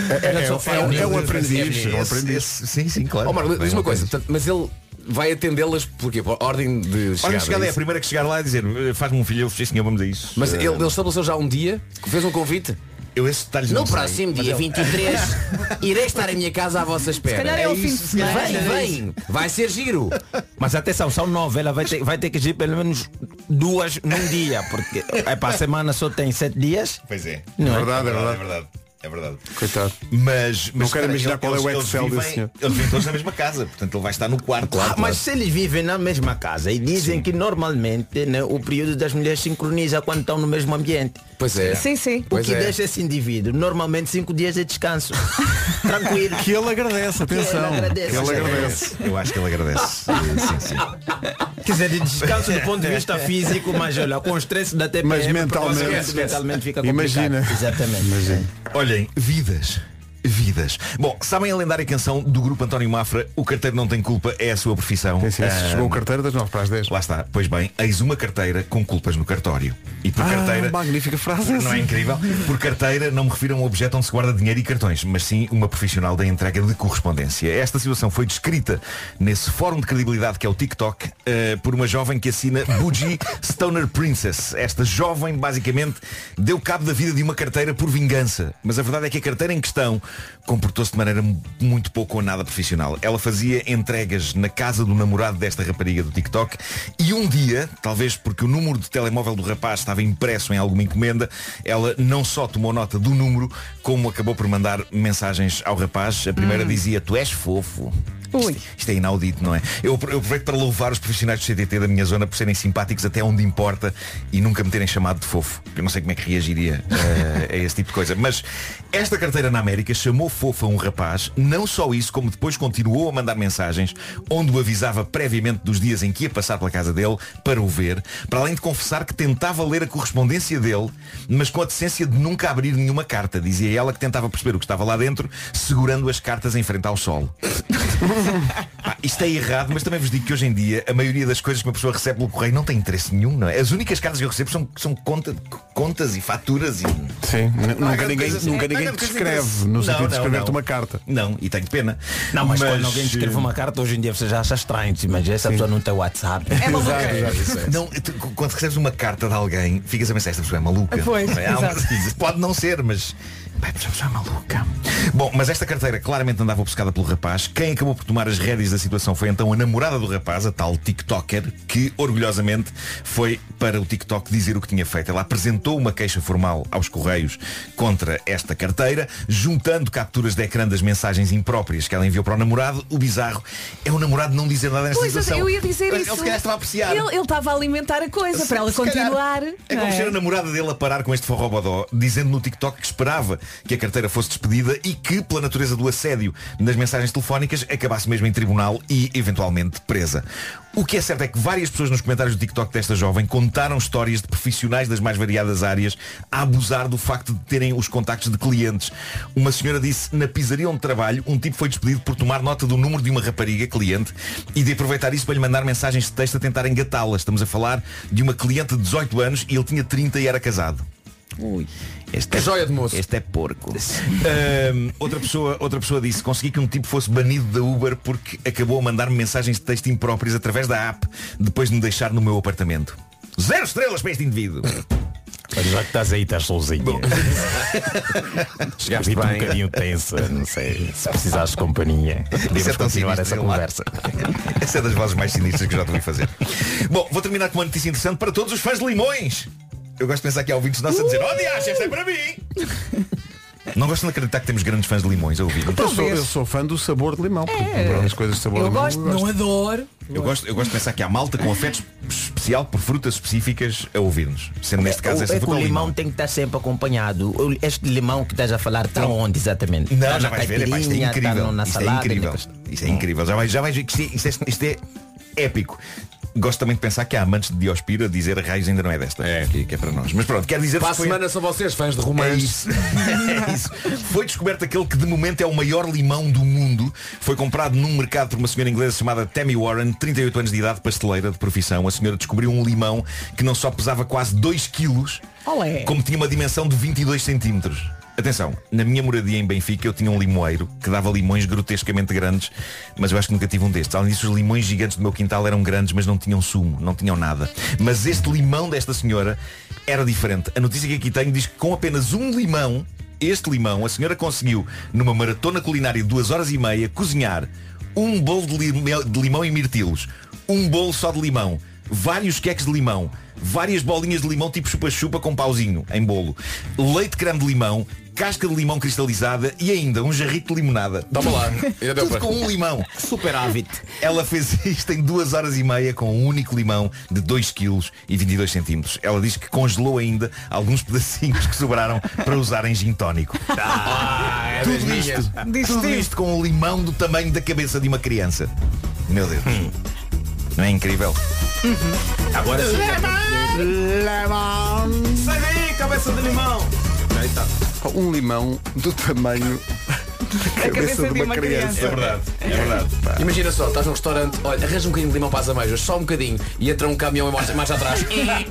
É um aprendiz. Sim, claro. Marco, diz uma coisa, portanto, mas ele vai atendê-las porquê? Por ordem de chegada? Ordem de chegada é a primeira que chegar lá e dizer: faz-me um filho, eu senhor, vamos a isso. Mas ele estabeleceu já um dia, fez um convite? Eu esse detalhes no não próximo sei, dia 23 irei estar em minha casa à vossa espera. Se calhar é o fim de semana. Vem, vai ser giro. Mas atenção, são 9. Ela vai ter que ir pelo menos 2 num dia, porque para a semana só tem 7 dias. Pois é. Não é verdade. É verdade. Coitado. Mas não quero imaginar qual é o Excel desse senhor. Eles vivem todos na mesma casa, portanto ele vai estar no quarto. Mas se eles vivem na mesma casa e dizem que normalmente, né, o período das mulheres sincroniza quando estão no mesmo ambiente. Pois é. Sim. O que deixa esse indivíduo normalmente 5 dias de descanso. Tranquilo. Que ele agradece, atenção. Que ele agradece. Eu acho que ele agradece. Sim. Quer dizer, de descanso do ponto de vista físico, mas olha, com o stress da TPM, mas mentalmente fica complicado. Imagina. Exatamente. Imagina. Olhem, vidas vidas. Bom, sabem a lendária canção do grupo António Mafra, o carteiro não tem culpa, é a sua profissão. Chegou o carteiro das 9 para as 10. Lá está. Pois bem, eis uma carteira com culpas no cartório. E por carteira... magnífica frase. Não é incrível? Por carteira não me refiro a um objeto onde se guarda dinheiro e cartões, mas sim uma profissional da entrega de correspondência. Esta situação foi descrita nesse fórum de credibilidade que é o TikTok por uma jovem que assina Bougie Stoner Princess. Esta jovem basicamente deu cabo da vida de uma carteira por vingança. Mas a verdade é que a carteira em questão comportou-se de maneira muito pouco ou nada profissional. Ela fazia entregas na casa do namorado desta rapariga do TikTok e um dia, talvez porque o número de telemóvel do rapaz estava impresso em alguma encomenda, ela não só tomou nota do número, como acabou por mandar mensagens ao rapaz. A primeira dizia: tu és fofo. Isto é inaudito, não é? Eu aproveito para louvar os profissionais do CTT da minha zona por serem simpáticos até onde importa e nunca me terem chamado de fofo. Eu não sei como é que reagiria a esse tipo de coisa. Mas esta carteira na América chamou fofo a um rapaz. Não só isso, como depois continuou a mandar mensagens onde o avisava previamente dos dias em que ia passar pela casa dele para o ver, para além de confessar que tentava ler a correspondência dele, mas com a decência de nunca abrir nenhuma carta. Dizia ela que tentava perceber o que estava lá dentro, segurando as cartas em frente ao sol. Isto é errado, mas também vos digo que hoje em dia a maioria das coisas que uma pessoa recebe pelo correio não tem interesse nenhum, não é? As únicas cartas que eu recebo são contas e faturas e... Sim, nunca ninguém te escreve no sentido de escrever-te uma carta. Não, e tenho pena. Não, mas quando alguém te escreve uma carta hoje em dia você já acha estranho, mas essa pessoa não tem WhatsApp. É maluca. Não, quando recebes uma carta de alguém, ficas a pensar, esta pessoa é maluca. Pois, pode não ser, mas... Pai, pessoa é maluca. Bom, mas esta carteira claramente andava obcecada pelo rapaz. Quem acabou por tomar as rédeas da situação foi então a namorada do rapaz, a tal TikToker, que orgulhosamente foi para o TikTok dizer o que tinha feito. Ela apresentou uma queixa formal aos Correios contra esta carteira, juntando capturas de ecrã das mensagens impróprias que ela enviou para o namorado. O bizarro é o namorado não dizer nada nesta situação. Eu ia dizer isso. Ele se calhar estava a apreciar. Ele estava a alimentar a coisa para ela continuar. É como ser a namorada dele a parar com este forrobodó, dizendo no TikTok que esperava que a carteira fosse despedida e que, pela natureza do assédio nas mensagens telefónicas, acabasse mesmo em tribunal e, eventualmente, presa. O que é certo é que várias pessoas nos comentários do TikTok desta jovem contaram histórias de profissionais das mais variadas áreas a abusar do facto de terem os contactos de clientes. Uma senhora disse: na pizzaria onde trabalho, um tipo foi despedido por tomar nota do número de uma rapariga cliente e de aproveitar isso para lhe mandar mensagens de texto a tentar engatá-la. Estamos a falar de uma cliente de 18 anos e ele tinha 30 e era casado. Este é joia de moço. Este é porco. Outra pessoa disse: consegui que um tipo fosse banido da Uber porque acabou a mandar-me mensagens de texto impróprias através da app depois de me deixar no meu apartamento. 0 estrelas para este indivíduo. Já que estás aí, estás sozinho. Chegaste bem. Um bocadinho tensa, não sei, se precisares de companhia. Podemos continuar essa conversa. Essa é das vozes mais sinistras que eu já te ouvi fazer. Bom, vou terminar com uma notícia interessante para todos os fãs de limões. Eu gosto de pensar que há ouvintes nossos a dizer: oh, diacho, esta é para mim. Não gostam de acreditar que temos grandes fãs de limões a ouvir? Eu sou fã do sabor de limão. As coisas de sabor de limão. Não adoro. Eu gosto de pensar que há malta com afeto especial por frutas específicas a ouvir-nos. Sendo neste caso essa fruta. O limão tem que estar sempre acompanhado. Este limão que estás a falar está onde exatamente? Não, já vais ver, isto é incrível. Isto é incrível. Isto é incrível. Já vais ver que isto é épico. Gosto também de pensar que há amantes de Diospira a dizer raios ainda não é desta. Que é para nós. Mas pronto, quer dizer... Para a semana são vocês, fãs de romance. É isso. Foi descoberto aquele que de momento é o maior limão do mundo. Foi comprado num mercado por uma senhora inglesa chamada Tammy Warren, 38 anos de idade, pasteleira de profissão. A senhora descobriu um limão que não só pesava quase 2 quilos, como tinha uma dimensão de 22 centímetros. Atenção, na minha moradia em Benfica eu tinha um limoeiro que dava limões grotescamente grandes, mas eu acho que nunca tive um destes. Além disso, os limões gigantes do meu quintal eram grandes, mas não tinham sumo, não tinham nada. Mas este limão desta senhora era diferente. A notícia que aqui tenho diz que com apenas um limão, este limão, a senhora conseguiu, numa maratona culinária de 2h30, cozinhar um bolo de limão e mirtilos, um bolo só de limão, vários queques de limão, várias bolinhas de limão tipo chupa-chupa com pauzinho em bolo, leite creme de limão, casca de limão cristalizada e ainda um jarrito de limonada. Toma lá. Tudo com um limão. Super hábito. Ela fez isto em 2h30 com um único limão de 2 kg e 22 centímetros. Ela diz que congelou ainda alguns pedacinhos que sobraram para usar em gin tónico. Tudo isto com um limão do tamanho da cabeça de uma criança. Meu Deus. Não é incrível? Agora sim. Limão. Sai daí, cabeça de limão. Um limão do tamanho A cabeça de uma criança. É verdade. Imagina só, estás num restaurante, olha, arranja um bocadinho de limão para as ameijas, só um bocadinho, e entra um caminhão mais atrás.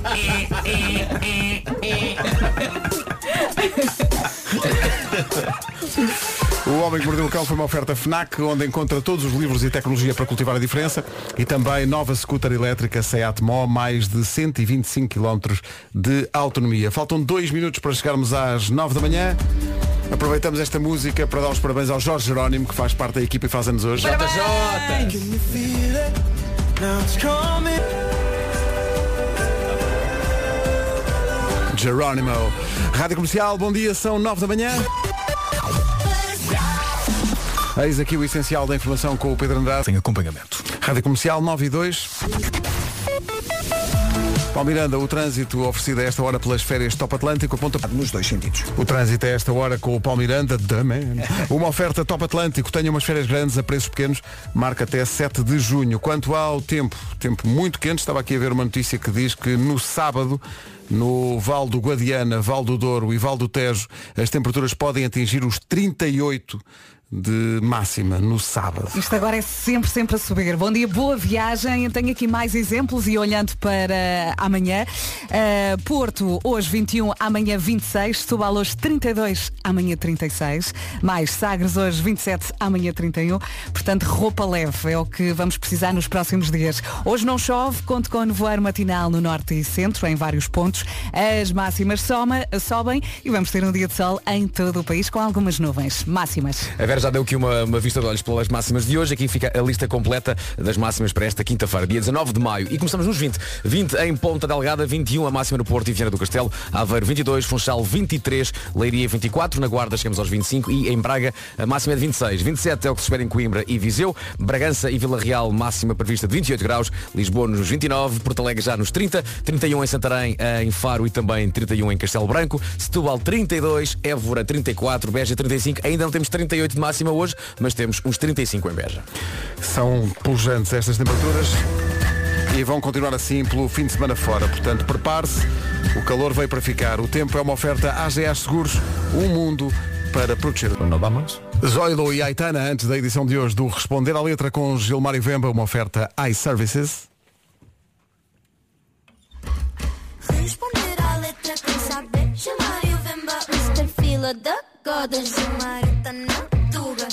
O Homem que Mordeu o Cão foi uma oferta FNAC, onde encontra todos os livros e tecnologia para cultivar a diferença, e também nova scooter elétrica Seat Mó, mais de 125 km de autonomia. Faltam 2 minutos para chegarmos às 9 da manhã. Aproveitamos esta música para dar os parabéns ao Jorge Jerónimo, que faz parte da equipa e faz anos hoje. Jerónimo. Rádio Comercial, bom dia, são 9 da manhã. Eis aqui o essencial da informação com o Pedro Andrade. Tem acompanhamento. Rádio Comercial 9 e 2. Paulo Miranda, o trânsito oferecido a esta hora pelas férias Top Atlântico aponta nos 2 sentidos. O trânsito a esta hora com o Paulo Miranda, uma oferta Top Atlântico, tenha umas férias grandes a preços pequenos, marca até 7 de junho. Quanto ao tempo muito quente, estava aqui a ver uma notícia que diz que no sábado, no Val do Guadiana, Val do Douro e Val do Tejo, as temperaturas podem atingir os 38 de máxima no sábado. Isto agora é sempre a subir. Bom dia, boa viagem. Tenho aqui mais exemplos e olhando para amanhã. Porto, hoje 21, amanhã 26. Setúbal hoje 32, amanhã 36. Mais Sagres hoje 27, amanhã 31. Portanto, roupa leve é o que vamos precisar nos próximos dias. Hoje não chove, conto com nevoeiro matinal no norte e centro, em vários pontos. As máximas sobem e vamos ter um dia de sol em todo o país com algumas nuvens. Máximas. A Vera já deu aqui uma vista de olhos pelas máximas de hoje. Aqui fica a lista completa das máximas para esta quinta-feira, dia 19 de maio. E começamos nos 20. 20 em Ponta Delgada, 21 a máxima no Porto e Viana do Castelo, Aveiro 22, Funchal 23, Leiria 24, na Guarda chegamos aos 25 e em Braga a máxima é de 26. 27 é o que se espera em Coimbra e Viseu, Bragança e Vila Real máxima prevista de 28 graus, Lisboa nos 29, Porto Alegre já nos 30, 31 em Santarém, em Faro e também 31 em Castelo Branco, Setúbal 32, Évora 34, Beja 35, ainda não temos 38 de máxima hoje, mas temos uns 35 em Beja. São pujantes estas temperaturas e vão continuar assim pelo fim de semana fora. Portanto, prepare-se, o calor veio para ficar. O tempo é uma oferta AGA Seguros, um mundo para proteger. Não vamos? Zoilo e Aitana, antes da edição de hoje do Responder à Letra com Gilmar e Vemba, uma oferta iServices. Responder à letra com saber. Gilmar e Vemba, Mr. Fila da Goda. Gilmar está na tuga.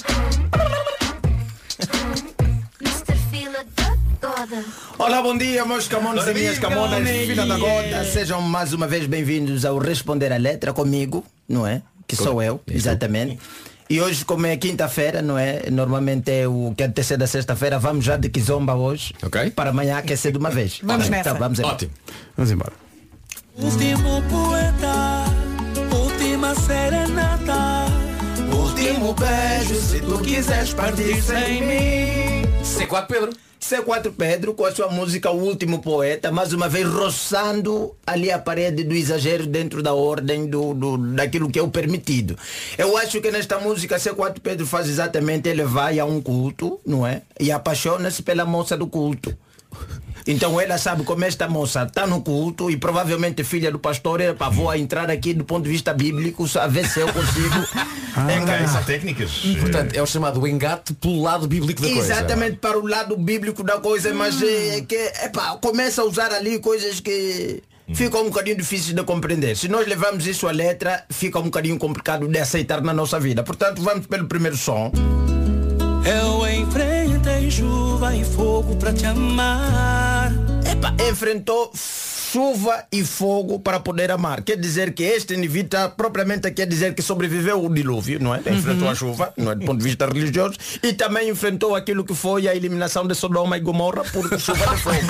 Mr. Fila da Goda. Olá, bom dia, meus camões e minhas camonas, filha da Goda. Sejam mais uma vez bem-vindos ao Responder à Letra comigo, não é? Que sou eu, exatamente. E hoje, como é quinta-feira, não é? Normalmente é o que antecede a sexta-feira. Vamos já de Kizomba hoje, para amanhã aquecer de uma vez. Vamos nessa. Então, vamos Ótimo. Vamos embora. Último poeta, última serenata, último beijo, se tu quiseres partir sem mim. C4 Pedro. C4 Pedro com a sua música O Último Poeta, mais uma vez roçando ali a parede do exagero dentro da ordem daquilo que é o permitido. Eu acho que nesta música C4 Pedro faz exatamente, ele vai a um culto, não é? E apaixona-se pela moça do culto. Então ela sabe como esta moça está no culto e provavelmente filha do pastor, vou entrar aqui do ponto de vista bíblico, a ver se eu consigo. São técnicas. Portanto, é o chamado engate pelo lado bíblico da coisa. Exatamente, para o lado bíblico da coisa, mas começa a usar ali coisas que ficam um bocadinho difíceis de compreender. Se nós levamos isso à letra, fica um bocadinho complicado de aceitar na nossa vida. Portanto, vamos pelo primeiro som. Eu enfrentei chuva e fogo pra te amar. Enfrentou chuva e fogo para poder amar. Quer dizer que este indivíduo propriamente quer dizer que sobreviveu o dilúvio, não é? Enfrentou a chuva, não é? Do ponto de vista religioso, e também enfrentou aquilo que foi a eliminação de Sodoma e Gomorra por chuva de fogo.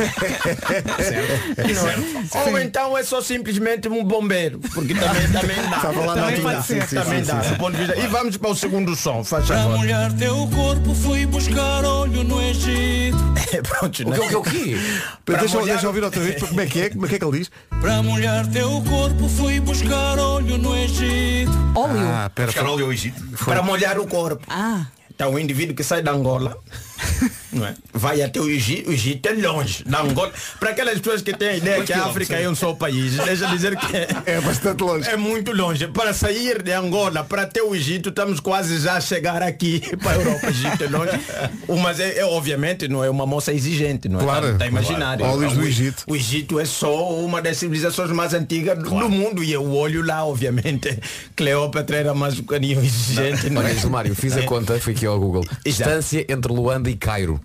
Certo. Ou então é só simplesmente um bombeiro, porque também dá. Também pode ser. Também dá. Do ponto de vista. E vamos para o segundo som. Faz Pra favor. molhar teu corpo fui buscar óleo no Egito. Pronto, né? O quê? Deixa eu ouvir outra vez, como é que é? Como é que ele diz? Pra molhar teu corpo fui buscar óleo no Egito. Óleo? Pera, Buscar óleo ao Egito. Para molhar o corpo. Ah. Então o indivíduo que sai da Angola não é? Vai até o Egito é longe, da Angola. Para aquelas pessoas que têm a ideia que a África é um só país, deixa dizer que é bastante longe. É muito longe. Para sair de Angola para até o Egito, estamos quase já a chegar aqui para a Europa. Egito é longe. Mas obviamente não é uma moça exigente, não é? Claro. Está imaginário. Olhos do Egito. O Egito é só uma das civilizações mais antigas do mundo e eu olho lá, obviamente. Cleópatra era mais um bocadinho exigente. Olha, Mário, fiz a conta, fui aqui ao Google. Distância entre Luanda e Cairo.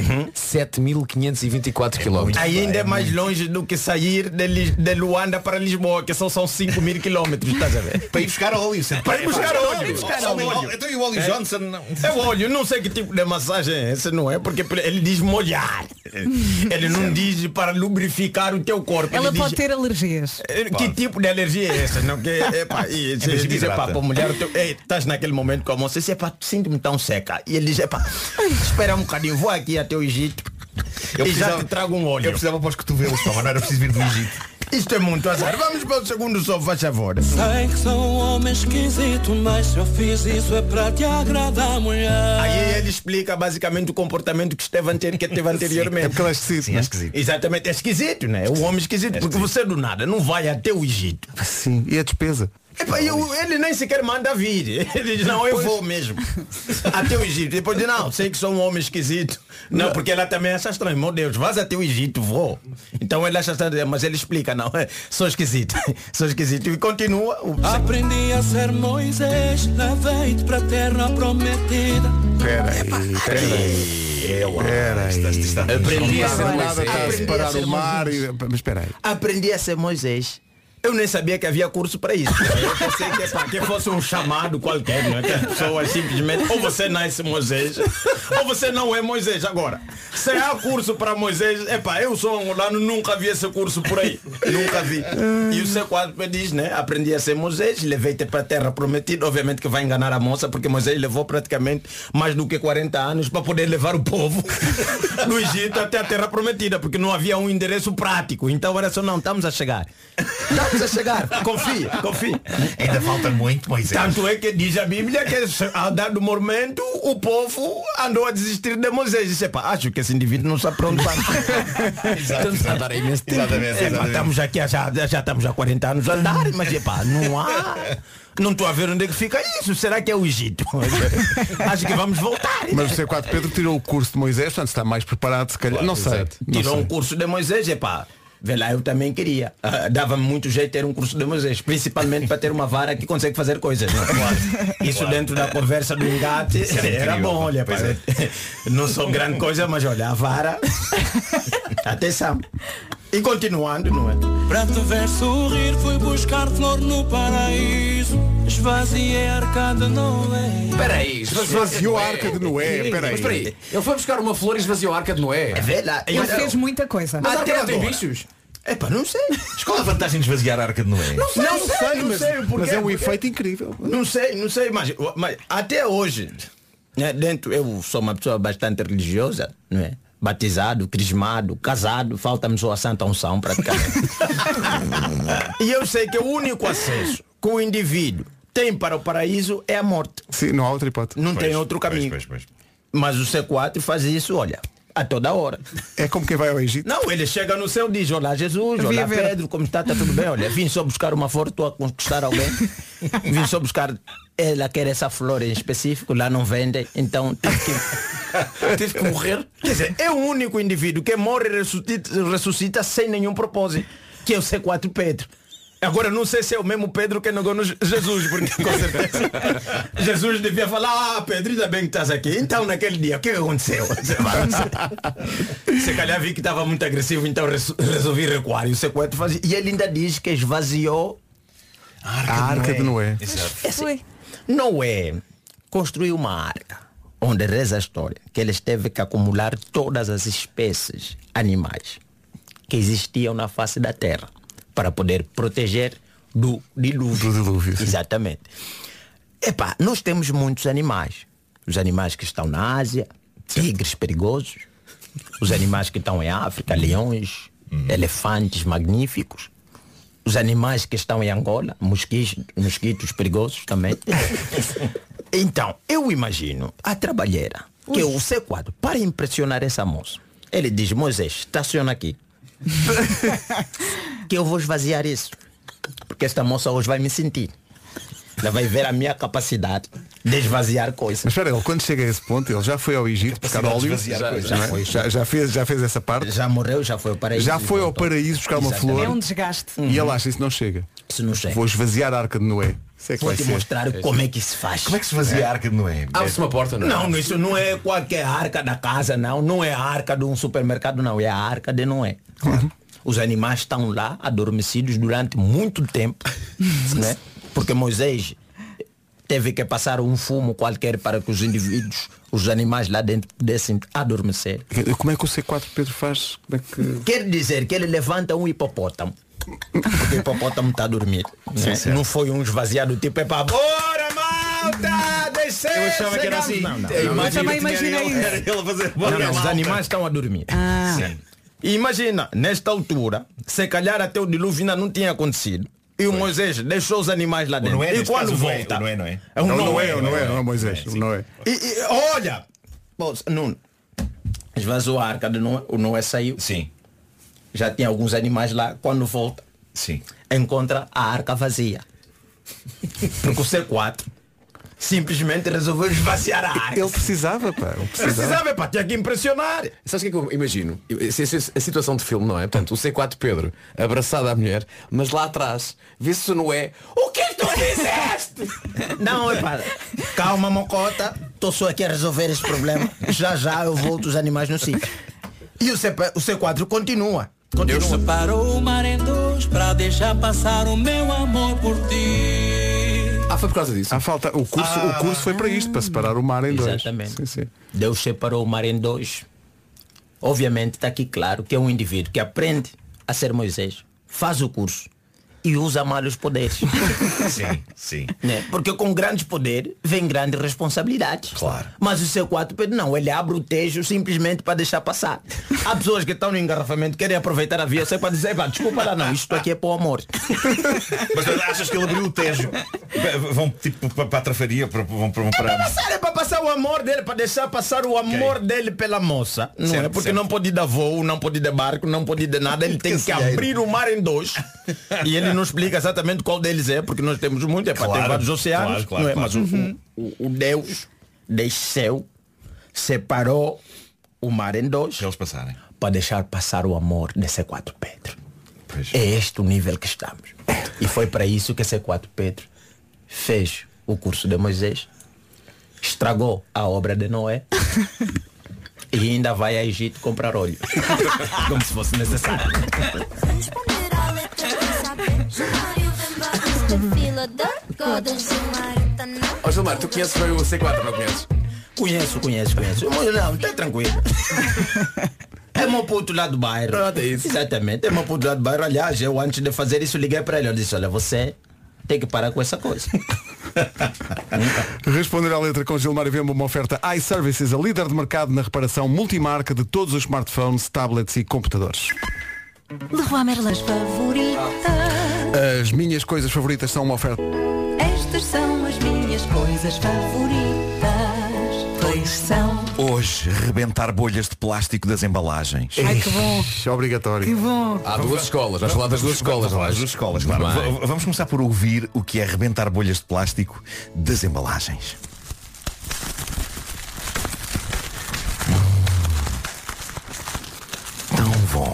7.524 km. Ainda é mais longe do que sair de Luanda para Lisboa, que são 5.000 km, estás a ver? Para ir buscar óleo. Para ir buscar óleo. Então e o óleo Johnson? É o óleo, não sei que tipo de massagem é essa, não é? Porque ele diz molhar. Ele não diz para lubrificar o teu corpo. Ela ele pode diz, ter alergias. Que tipo de alergia é essa? Não? Que, diz, para a mulher, estás naquele momento com a moça, diz, sinto-me tão seca. E ele diz, espera um bocadinho, vou aqui até o Egito e já te trago um óleo. Eu precisava para os cotovelos, mas não era preciso vir do Egito. Isto é muito azar. Vamos para o segundo só, faz favor. Sei que sou um homem esquisito, mas se eu fiz isso é para te agradar, mulher. Aí ele explica basicamente o comportamento que teve anteriormente. É porque ele é esquisito. Sim, é esquisito. Exatamente, é esquisito, né? O homem esquisito, porque você do nada não vai até o Egito. Sim, e a despesa? Ele nem sequer manda vir. Ele diz, não, eu vou mesmo. Até o Egito. Depois diz, não, sei que sou um homem esquisito. Não, porque ela também acha estranho. Meu Deus, vais até o Egito, vou. Então ele acha estranho, mas ele explica, não, sou esquisito. Sou esquisito. E continua. Aprendi a ser Moisés, levei-te para a terra prometida. Peraí. Aprendi a ser Moisés. Está a separar o mar. Mas espera aí. Aprendi a ser Moisés. Eu nem sabia que havia curso para isso. Eu pensei que fosse um chamado qualquer, não é? Que as pessoas simplesmente, ou você nasce Moisés, ou você não é Moisés. Agora, se há curso para Moisés, eu sou angolano, nunca vi esse curso por aí. Nunca vi. E o C4 diz, né? Aprendi a ser Moisés, levei-te para a terra prometida. Obviamente que vai enganar a moça, porque Moisés levou praticamente mais do que 40 anos para poder levar o povo do Egito até a terra prometida, porque não havia um endereço prático. Então era só, não, estamos a chegar. Estamos a chegar, confia. Ainda falta muito, Moisés. Tanto é que diz a Bíblia que a dado momento o povo andou a desistir de Moisés. Disse, acho que esse indivíduo não sabe para onde vai. Estamos a dar imenso tempo. Estamos aqui, já estamos há 40 anos a andar, mas não há. Não estou a ver onde é que fica isso. Será que é o Egito? Acho que vamos voltar. Mas o C4 Pedro tirou o curso de Moisés, portanto está mais preparado, se calhar. Não sei. Tirou um curso de Moisés, vê lá, eu também queria. Dava-me muito jeito ter um curso de Moisés, principalmente para ter uma vara que consegue fazer coisas. Não? Isso dentro da conversa do engate era bom, olha. Não sou grande coisa, mas olha, a vara. Atenção. E continuando, não é? Para te ver sorrir fui buscar flor no paraíso. Esvaziei a arca de Noé. Peraí, esvaziou a arca de Noé. Peraí. Ele foi buscar uma flor e esvaziou a arca de Noé. Vê lá. Ele fez muita coisa. Mas até tem bichos. Não sei. Qual a vantagem de esvaziar a arca de Noé? Não sei, mas é um efeito incrível. Não sei, mas até hoje, né, eu sou uma pessoa bastante religiosa, não é? Batizado, crismado, casado, falta-me só a santa unção praticamente. E eu sei que o único acesso que o indivíduo tem para o paraíso é a morte. Sim, não há outra hipótese. Não tem outro caminho. Mas o C4 faz isso, olha, a toda hora. É como quem vai ao Egito. Não, ele chega no céu e diz, olá Jesus, olá Pedro, como está? Está tudo bem? Olha, vim só buscar uma flor, estou a conquistar alguém. Vim só buscar, ela quer essa flor em específico, lá não vende, então tive que morrer. Quer dizer, é o único indivíduo que morre e ressuscita sem nenhum propósito, que é o C4 Pedro. Agora não sei se é o mesmo Pedro que negou no Jesus, porque com certeza Jesus devia falar, Pedro, ainda bem que estás aqui. Então naquele dia, o que aconteceu? Se calhar vi que estava muito agressivo, então resolvi recuar. E o C4 fazia. E ele ainda diz que esvaziou a arca de Noé. Noé construiu uma arca onde reza a história que ele teve que acumular todas as espécies animais que existiam na face da terra para poder proteger do dilúvio. Exatamente. Nós temos muitos animais. Os animais que estão na Ásia, tigres perigosos. Os animais que estão em África, leões, elefantes magníficos. Os animais que estão em Angola, mosquitos perigosos também. Então, eu imagino a trabalheira que o C4, para impressionar essa moça, ele diz: Moisés, estaciona aqui. Que eu vou esvaziar isso. Porque esta moça hoje vai me sentir. Ela vai ver a minha capacidade de esvaziar coisas. Mas espera, ele quando chega a esse ponto, ele já foi ao Egito buscar óleo. Já fez essa parte. Já morreu, já foi ao paraíso. Já foi ao paraíso buscar uma flor. É um desgaste. E ele acha, isso não chega. Isso não chega. Vou esvaziar a Arca de Noé. Vou te mostrar como é que se faz. Como é que se fazia a Arca de Noé? Abre-se uma porta, não é? Não, isso não é qualquer arca da casa, não. Não é a arca de um supermercado, não. É a Arca de Noé. Claro. Os animais estão lá, adormecidos durante muito tempo, né? Porque Moisés teve que passar um fumo qualquer para que os indivíduos, os animais lá dentro pudessem adormecer. Como é que o C4 Pedro faz? Como é que... Quer dizer que ele levanta um hipopótamo. Porque o hipopótamo está a dormir. Né? Não foi um esvaziado tipo, é para bora, malta! Descer! Eu achava que era assim. Eu também imaginei isso. Ele a fazer Os animais estão a dormir. Sim. E imagina, nesta altura, se calhar até o dilúvio ainda não tinha acontecido. E o Moisés deixou os animais lá dentro. E quando volta? Não é. Não é Moisés. Não é. E olha, Nuno, esvazou a arca de Noé, o Noé saiu. Sim. Já tinha alguns animais lá. Quando volta, sim, encontra a arca vazia. Porque o C4 simplesmente resolveu esvaziar a arca. Ele precisava, pá. Precisava, pá, tinha que impressionar. Sabes o que é que eu imagino? A situação de filme, não é? Portanto, o C4 Pedro abraçado à mulher, mas lá atrás vê-se o Noé. O que é que tu fizeste? Não, é pá. Calma, mocota. Estou só aqui a resolver esse problema. Já eu volto os animais no sítio. E o C4 continua. Deus separou o mar em dois para deixar passar o meu amor por ti. Foi por causa disso. O curso foi para isto, para separar o mar em dois. Exatamente. Sim. Deus separou o mar em dois. Obviamente está aqui claro que é um indivíduo que aprende a ser Moisés, faz o curso e usa mal os poderes. Sim. Né? Porque com grandes poderes vem grandes responsabilidades. Claro. Mas o C4 Pedro não, ele abre o tejo simplesmente para deixar passar. Há pessoas que estão no engarrafamento, querem aproveitar a via para dizer, desculpa lá, não, isto aqui é para o amor. Mas achas que ele abriu o tejo? Vão tipo para a trafaria, vão para para passar o amor dele, para deixar passar o amor dele pela moça. Não é? Porque não pode ir de voo, não pode ir de barco, não pode ir de nada, ele tem que abrir o mar em dois. E ele não explica exatamente qual deles é, porque nós temos muito, para ter vários oceanos, não é? Mas o Deus desceu, separou o mar em dois para eles passarem, para deixar passar o amor de C4 Pedro. Pois. É este o nível que estamos. E foi para isso que C4 Pedro fez o curso de Moisés, estragou a obra de Noé e ainda vai a Egito comprar óleo. Como se fosse necessário. Ó Gilmar, tu conheces bem o C4, não conheces? Conheço. Não, está tranquilo. É meu puto lá do bairro. Pronto, é isso. Exatamente, é meu puto lá do bairro. Aliás, eu antes de fazer isso liguei para ele. Eu disse, olha, você tem que parar com essa coisa. Responder à letra com Gilmar e Vemba, uma oferta iServices, a líder de mercado na reparação multimarca de todos os smartphones, tablets e computadores. Leroy Merlins favoritas. As minhas coisas favoritas são uma oferta. Estas são as minhas coisas favoritas. Pois são. Hoje, rebentar bolhas de plástico das embalagens. Ai, que bom. Obrigatório. Que bom. Há duas escolas, vamos falar das duas escolas. Claro. Vamos começar por ouvir o que é rebentar bolhas de plástico das embalagens. Tão bom.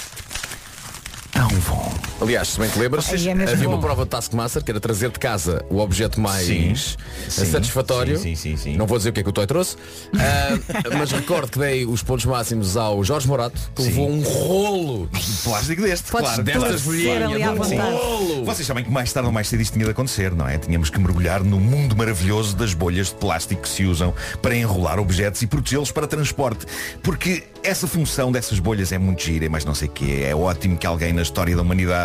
Aliás, se bem te lembras, havia uma prova de Taskmaster que era trazer de casa o objeto mais satisfatório. Sim. Não vou dizer o que é que o Toy trouxe, mas recordo que dei os pontos máximos ao Jorge Morato, que levou um rolo de plástico deste, claro. Destas folhinhas. Vocês sabem que mais tarde ou mais cedo isto tinha de acontecer, não é? Tínhamos que mergulhar no mundo maravilhoso das bolhas de plástico que se usam para enrolar objetos e protegê-los para transporte. Porque essa função dessas bolhas é muito gira, mas não sei o quê. É ótimo que alguém na história da humanidade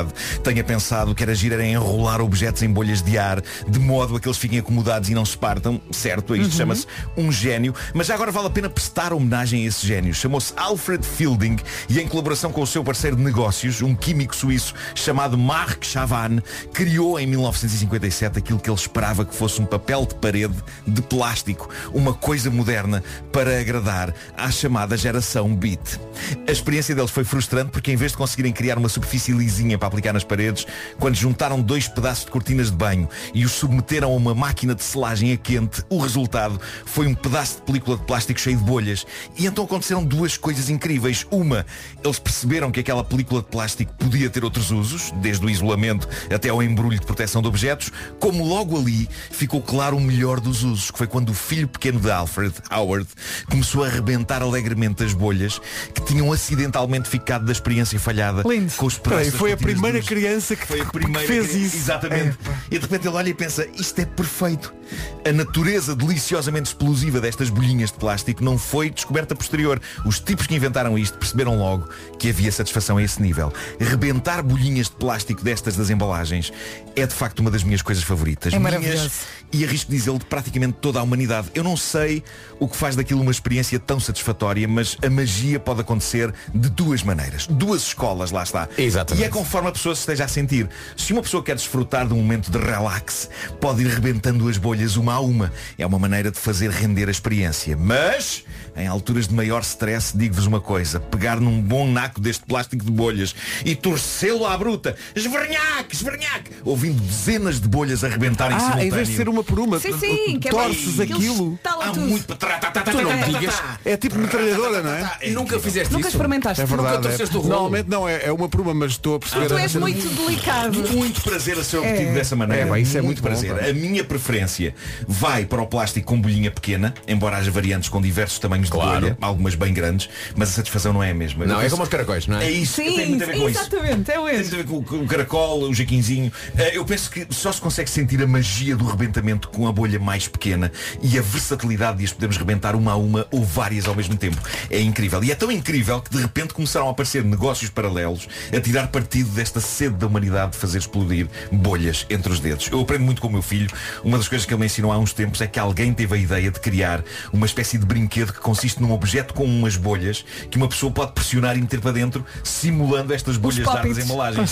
humanidade tenha pensado que era giro era enrolar objetos em bolhas de ar de modo a que eles fiquem acomodados e não se partam, certo? Isto chama-se um gênio, mas já agora vale a pena prestar homenagem a esse gênio. Chamou-se Alfred Fielding e em colaboração com o seu parceiro de negócios, um químico suíço chamado Marc Chavan, criou em 1957 aquilo que ele esperava que fosse um papel de parede de plástico, uma coisa moderna para agradar à chamada geração beat. A experiência deles foi frustrante porque em vez de conseguirem criar uma superfície lisinha para aplicar nas paredes, quando juntaram 2 pedaços de cortinas de banho e os submeteram a uma máquina de selagem a quente, o resultado foi um pedaço de película de plástico cheio de bolhas. E então aconteceram 2 coisas incríveis. Uma, eles perceberam que aquela película de plástico podia ter outros usos, desde o isolamento até ao embrulho de proteção de objetos, como logo ali ficou claro o melhor dos usos, que foi quando o filho pequeno de Alfred, Howard, começou a arrebentar alegremente as bolhas que tinham acidentalmente ficado da experiência falhada com os pedaços. Foi a primeira criança que fez isso. Exatamente. E de repente ele olha e pensa, isto é perfeito. A natureza deliciosamente explosiva destas bolhinhas de plástico não foi descoberta posterior. Os tipos que inventaram isto perceberam logo que havia satisfação a esse nível. Rebentar bolhinhas de plástico destas das embalagens é de facto uma das minhas coisas favoritas. É maravilhoso. E arrisco dizê-lo de praticamente toda a humanidade. Eu não sei o que faz daquilo uma experiência tão satisfatória, mas a magia pode acontecer de 2 maneiras. 2 escolas, lá está. Exatamente. E é conforme a pessoa se esteja a sentir. Se uma pessoa quer desfrutar de um momento de relax, pode ir rebentando as bolhas uma a uma. É uma maneira de fazer render a experiência. Mas, em alturas de maior stress, digo-vos uma coisa. Pegar num bom naco deste plástico de bolhas e torcê-lo à bruta. Esvernaque, esvernaque. Ouvindo dezenas de bolhas a rebentarem simultâneo. Em vez de ser uma por uma, sim, torces aquilo. Há muito para Tu não digas. É tipo metralhadora, não é? Nunca fizeste Nunca isso? experimentaste? É verdade. Torceste o rolo? Normalmente não, é uma por uma, mas estou a perceber. Tu és muito delicado. Muito prazer a ser obtido dessa maneira. Isso é muito prazer. bom, a minha preferência vai para o plástico com bolhinha pequena, embora haja variantes com diversos tamanhos de bolha, algumas bem grandes, mas a satisfação não é a mesma. Não, é como os caracóis, não é? É isso, Sim, tem muito a ver com exatamente, isso. é Tem isso. a ver com o caracol, o jaquinzinho. Eu penso que só se consegue sentir a magia do rebentamento com a bolha mais pequena e a versatilidade de as podermos rebentar uma a uma ou várias ao mesmo tempo. É incrível. E é tão incrível que de repente começaram a aparecer negócios paralelos a tirar partido desta sede da humanidade de fazer explodir bolhas entre os dedos. Eu aprendo muito com o meu filho. Uma das coisas que ele me ensinou há uns tempos é que alguém teve a ideia de criar uma espécie de brinquedo que consiste num objeto com umas bolhas que uma pessoa pode pressionar e meter para dentro, simulando estas bolhas de ar das embalagens.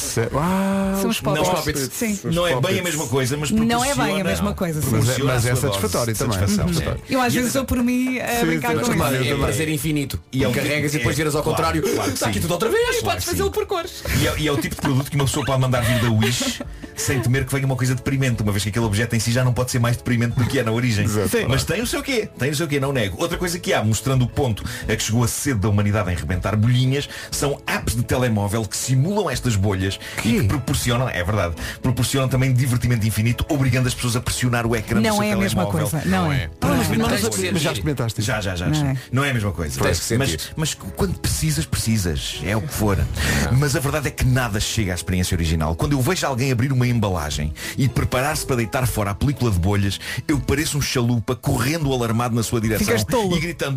São os poppets. Sim. Não é bem a mesma coisa, mas não é bem a mesma coisa. Mas é satisfatório também. Eu às vezes dou por mim a brincar com isso. É prazer infinito. E carregas e depois viras ao contrário. Está aqui tudo outra vez. Podes fazê-lo por cores. E é o tipo de produto que uma pessoa pode mandar vir da Wish sem temer que venha uma coisa deprimente, uma vez que aquele objeto em si já não pode ser mais deprimente do que é na origem. Mas tem o seu quê, não nego. Outra coisa que há, mostrando o ponto a que chegou a sede da humanidade em rebentar bolhinhas, são apps de telemóvel que simulam estas bolhas e que proporcionam, é verdade, proporcionam também divertimento infinito, obrigando as pessoas a pressionar o ecrã do seu telemóvel. Não é a mesma coisa, não é. Mas já experimentaste? Já. Não é a mesma coisa. Mas quando precisas, é o que for. Mas a verdade é que nada chega à experiência original. Quando eu vejo alguém abrir uma embalagem e preparar-se para deitar fora a película de bolhas, eu pareço um chalupa correndo alarmado na sua direção e gritando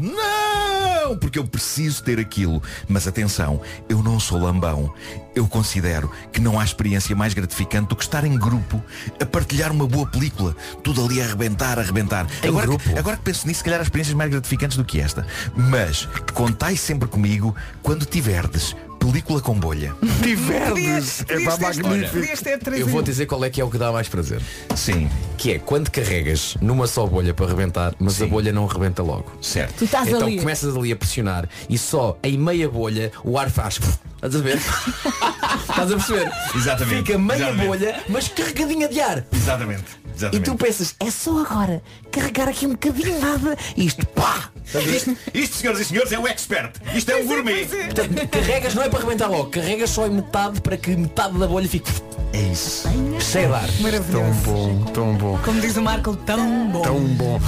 não, porque eu preciso ter aquilo. Mas atenção, eu não sou lambão. Eu considero que não há experiência mais gratificante do que estar em grupo a partilhar uma boa película, tudo ali a arrebentar. Agora que penso nisso, se calhar há experiências mais gratificantes do que esta. Mas contai sempre comigo quando tiverdes película com bolha. Tiverdes! É magnífico. Eu vou dizer qual é que é o que dá mais prazer. Sim. Que é quando carregas numa só bolha para rebentar, mas a bolha não rebenta logo. Certo. Tu estás então ali. começas ali a pressionar e só em meia bolha o ar faz. Estás a ver? Estás a perceber? Exatamente. Fica meia bolha, mas carregadinha de ar. Exatamente. E tu pensas, é só agora carregar aqui um bocadinho nada. Isto, pá! Isto, senhoras e senhores, é um expert. Isto é um gourmet. Portanto, carregas não é para rebentar logo, carregas só em metade para que metade da bolha fique. É isso. Cheio de ar. Maravilhoso. Tão bom. Como diz o Marco, tão bom. Tão bom.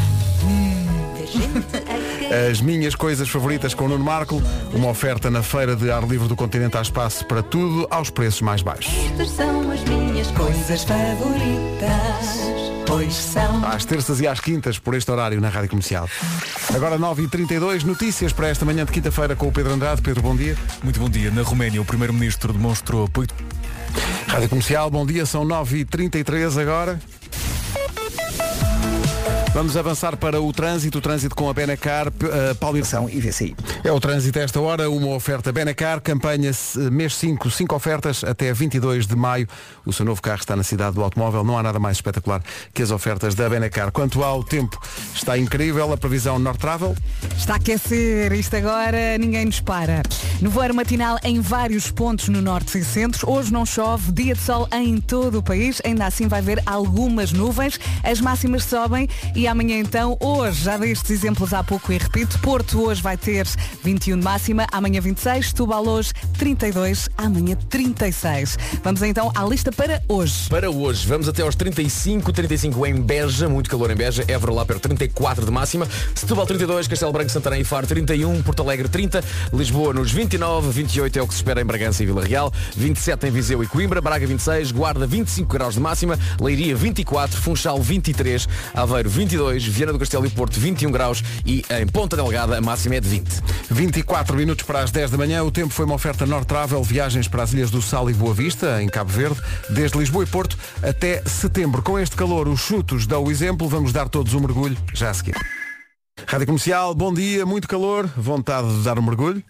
As minhas coisas favoritas com o Nuno Marco. Uma oferta na Feira de Ar Livre do Continente. Há espaço para tudo aos preços mais baixos. Estas são as minhas coisas favoritas. Pois são. Às terças e às quintas, por este horário na Rádio Comercial. Agora 9h32, notícias para esta manhã de quinta-feira com o Pedro Andrade. Pedro, bom dia. Muito bom dia. Na Roménia, o primeiro-ministro demonstrou apoio. Rádio Comercial, bom dia, são 9h33 agora. Vamos avançar para o trânsito com a Benacar, Palmeiração e VCI. É o trânsito a esta hora, uma oferta Benacar, campanha mês 5 ofertas até 22 de maio. O seu novo carro está na cidade do automóvel, não há nada mais espetacular que as ofertas da Benacar. Quanto ao tempo, está incrível, a previsão North Travel. Está a aquecer, isto agora ninguém nos para. Nevoeiro matinal em vários pontos no norte e centro. Hoje não chove, dia de sol em todo o país, ainda assim vai haver algumas nuvens, as máximas sobem. E amanhã então, hoje, já dei estes exemplos há pouco e repito, Porto hoje vai ter 21 de máxima, amanhã 26, Setúbal hoje 32, amanhã 36. Vamos então à lista para hoje. Para hoje, vamos até aos 35 em Beja, muito calor em Beja, Évora lá perto 34 de máxima, Setúbal 32, Castelo Branco, Santarém e Faro 31, Porto Alegre 30, Lisboa nos 29, 28 é o que se espera em Bragança e Vila Real, 27 em Viseu e Coimbra, Braga 26, Guarda 25 graus de máxima, Leiria 24, Funchal 23, Aveiro 22, Viana do Castelo e Porto 21 graus e em Ponta Delgada a máxima é de 20. 24 minutos para as 10 da manhã, o tempo foi uma oferta North Travel, viagens para as Ilhas do Sal e Boa Vista, em Cabo Verde, desde Lisboa e Porto até setembro. Com este calor, os chutos dão o exemplo, vamos dar todos um mergulho já a seguir. Rádio Comercial, bom dia, muito calor, vontade de dar um mergulho.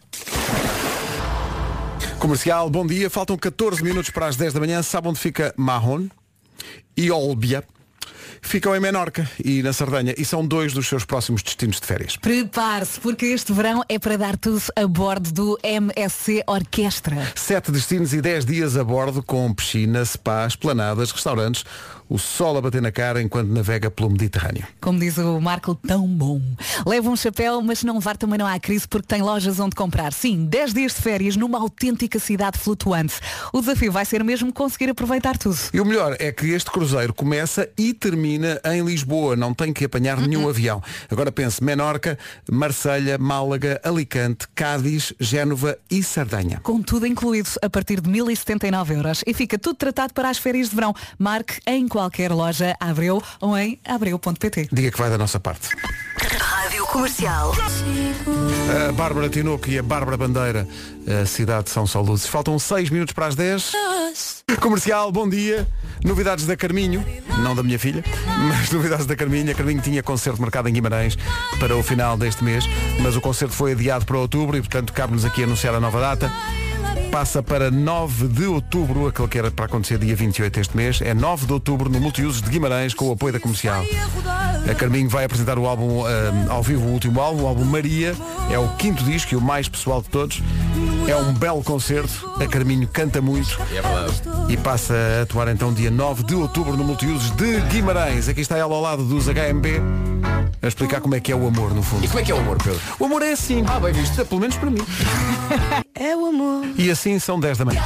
Comercial, bom dia, faltam 14 minutos para as 10 da manhã, sabe onde fica Mahon e Olbia? Ficam em Menorca e na Sardenha e são dois dos seus próximos destinos de férias. Prepare-se, porque este verão é para dar tudo a bordo do MSC Orquestra. 7 destinos e 10 dias a bordo com piscina, spa, esplanadas, restaurantes, o sol a bater na cara enquanto navega pelo Mediterrâneo. Como diz o Marco, tão bom. Leva um chapéu, mas se não levar também não há crise porque tem lojas onde comprar. Sim, 10 dias de férias numa autêntica cidade flutuante. O desafio vai ser mesmo conseguir aproveitar tudo. E o melhor é que este cruzeiro começa e termina em Lisboa. Não tem que apanhar nenhum avião. Agora pense, Menorca, Marselha, Málaga, Alicante, Cádiz, Génova e Sardenha. Com tudo incluído a partir de 1.079 €. E fica tudo tratado para as férias de verão. Marque em qualquer loja Abreu ou em abreu.pt. Diga que vai da nossa parte. Rádio Comercial. A Bárbara Tinoco e a Bárbara Bandeira, a cidade de São Só Luzes. Faltam 6 minutos para as 10. Comercial, bom dia. Novidades da Carminho, não da minha filha, mas novidades da Carminho. A Carminho tinha concerto marcado em Guimarães para o final deste mês, mas o concerto foi adiado para outubro e, portanto, cabe-nos aqui anunciar a nova data. Passa para 9 de outubro, aquele que era para acontecer dia 28 deste mês. É 9 de outubro no Multiusos de Guimarães, com o apoio da Comercial. A Carminho vai apresentar o álbum ao vivo, o último álbum, o álbum Maria. É o 5º disco e o mais pessoal de todos. É um belo concerto. A Carminho canta muito. É verdade. E passa a atuar então dia 9 de outubro no Multiusos de Guimarães. Aqui está ela ao lado dos HMB a explicar como é que é o amor, no fundo. E como é que é o amor, Pedro? O amor é assim. Bem visto. Pelo menos para mim. É o amor. E assim são 10 da manhã.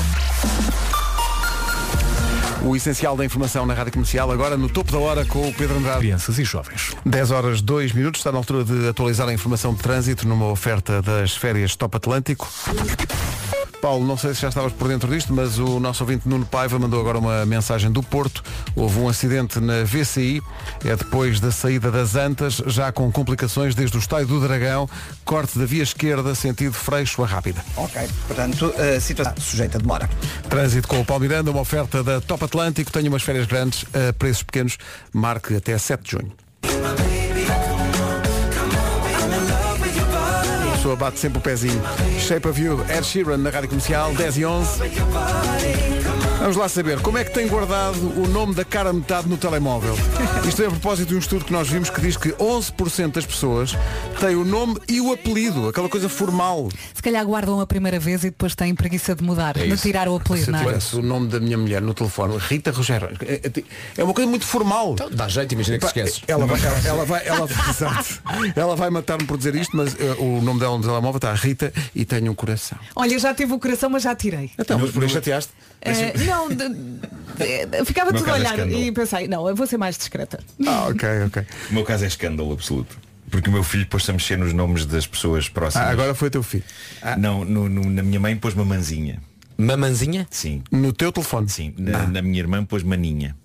O essencial da informação na Rádio Comercial, agora no topo da hora com o Pedro Andrade. Crianças e jovens. 10 horas 2 minutos, está na altura de atualizar a informação de trânsito numa oferta das férias Top Atlântico. Paulo, não sei se já estavas por dentro disto, mas o nosso ouvinte Nuno Paiva mandou agora uma mensagem do Porto. Houve um acidente na VCI, é depois da saída das Antas, já com complicações desde o Estádio do Dragão, corte da via esquerda, sentido Freixo a Rápida. Ok, portanto, a situação sujeita a demora. Trânsito com o Paulo Miranda, uma oferta da Top Atlântico, tenha umas férias grandes, a preços pequenos, marque até 7 de junho. A pessoa bate sempre o pezinho. Shape of You, Ed Sheeran na Rádio Comercial, 10 e 11. Vamos lá saber como é que tem guardado o nome da cara metade no telemóvel. Isto é a propósito de um estudo que nós vimos que diz que 11% das pessoas têm o nome e o apelido, aquela coisa formal. Se calhar guardam a primeira vez e depois têm preguiça de mudar, de tirar o apelido. Se eu tivesse o nome da minha mulher no telefone, Rita Rogério, é uma coisa muito formal. Então, dá jeito, imagina que esqueces. Ela vai matar-me por dizer isto, mas o nome dela no telemóvel está Rita e tenho um coração. Olha, já tive o coração, mas já tirei. Então, mas por isso chateaste? Não, ficava tudo a olhar e pensei, não, eu vou ser mais discreta. Ok. O meu caso é escândalo absoluto. Porque o meu filho pôs-se a mexer nos nomes das pessoas próximas. Agora foi o teu filho. Não, na minha mãe pôs Mamanzinha. Mamanzinha? Sim. No teu telefone? Sim. Na minha irmã pôs Maninha.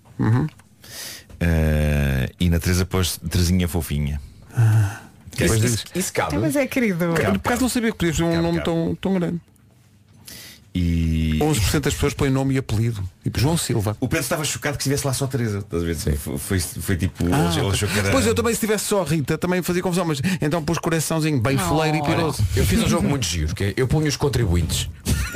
E na Teresa pôs Terezinha Fofinha. Isso cabe. Mas é querido. Por acaso não sabia que podias ter um nome tão grande. E 11% das pessoas põem nome e apelido. Tipo João Silva. O Pedro estava chocado que estivesse lá só Teresa. Estás a ver? Foi tipo. Ele achou que era... Pois eu também, se tivesse só a Rita, também fazia confusão, mas então pus coraçãozinho bem foleiro e piroso. Eu fiz um jogo muito giro, que é, eu ponho os contribuintes.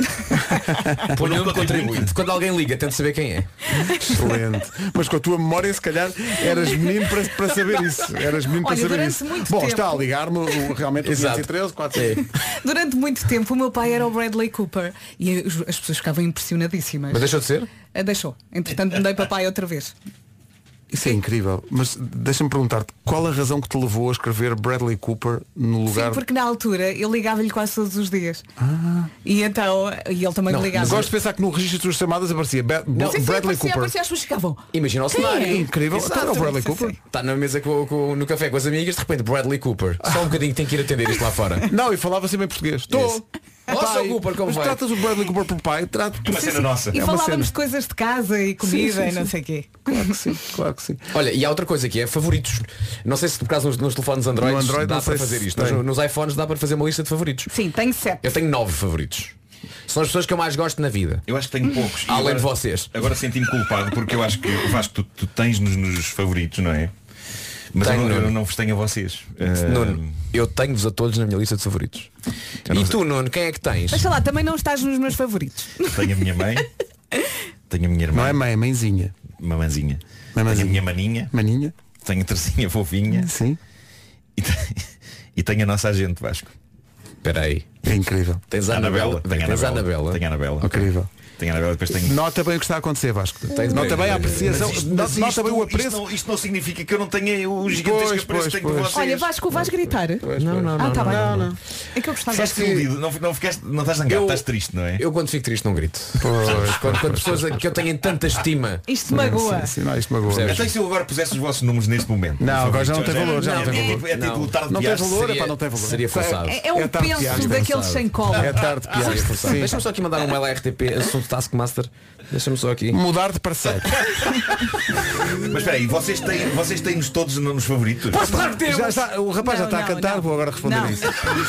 Ponho um contribuinte. Quando alguém liga, tento saber quem é. Excelente. Mas com a tua memória, se calhar, eras menino para saber isso. Eras menino para saber isso. Bom, tempo... está a ligar-me realmente o 513, 400. Durante muito tempo o meu pai era o Bradley Cooper e as pessoas ficavam impressionadíssimas. Mas deixou de ser? Deixou. Entretanto mudei para pai outra vez. Isso é incrível. Mas deixa-me perguntar-te, qual a razão que te levou a escrever Bradley Cooper no lugar... Sim, porque na altura eu ligava-lhe quase todos os dias. E então, e ele também me ligava. Gosto de pensar que no registro das tuas chamadas aparecia Bradley Cooper. Aparecia, as pessoas ficavam. Imagina o cenário. É incrível. Está o Bradley Cooper. Está na mesa no café com as amigas, de repente Bradley Cooper. Só um bocadinho tem que ir atender isto lá fora. Não, e falava sempre em português. Estou. Nossa, Cooper, como mas vai? tratas o Bradley Cooper por pai, trato por uma cena nossa. E falávamos de coisas de casa e comida e não sei o quê. Claro que sim, claro que sim. Olha, e há outra coisa que é favoritos. Não sei se por causa nos telefones Android, dá para fazer isto. Mas nos iPhones dá para fazer uma lista de favoritos. Sim, tenho 7. Eu tenho 9 favoritos. São as pessoas que eu mais gosto na vida. Eu acho que tenho poucos. Além de vocês. Agora senti-me culpado porque eu acho que Vasco, tu tens nos favoritos, não é? Mas eu não vos tenho a vocês. Nuno, eu tenho-vos a todos na minha lista de favoritos. E tu, Nuno, quem é que tens? Mas sei lá, também não estás nos meus favoritos. Tenho a minha mãe. Tenho a minha irmã. Não é mãe, é mãezinha. Mamãzinha. Tenho a minha maninha. Maninha. Tenho a Tercinha fofinha. Sim. E tenho a nossa agente, Vasco. Espera aí. É incrível. Tens a Anabela. Tenho a Anabela. Incrível. Tenho a Anabela, depois tenho... Nota bem o que está a acontecer, Vasco. Nota bem a apreciação. Nota bem o apreço. Isto não significa que eu não tenha o gigantesco apreço que tenho por vocês. Olha, Vasco, vais gritar? Não. Tá bem. Não. É que eu gostava de desiludido. Não estás zangado, estás triste, não é? Eu quando fico triste não grito. Quando pessoas que eu tenho tanta estima. Isto magoa. Isto magoa. Até se eu agora pusesse os vossos números neste momento. Não, agora já não tem valor. É tipo tarde de não tem piar. valor, não tem valor. Seria forçado. É um penso daqueles sem cola. É tarde de piar. Deixa-me só aqui mandar um mail à RTP, assunto Taskmaster. Deixa-me só aqui. Mudar de parceiro. Mas espera aí, vocês têm-nos todos nos favoritos? Já está, o rapaz já está a cantar, vou agora responder isso.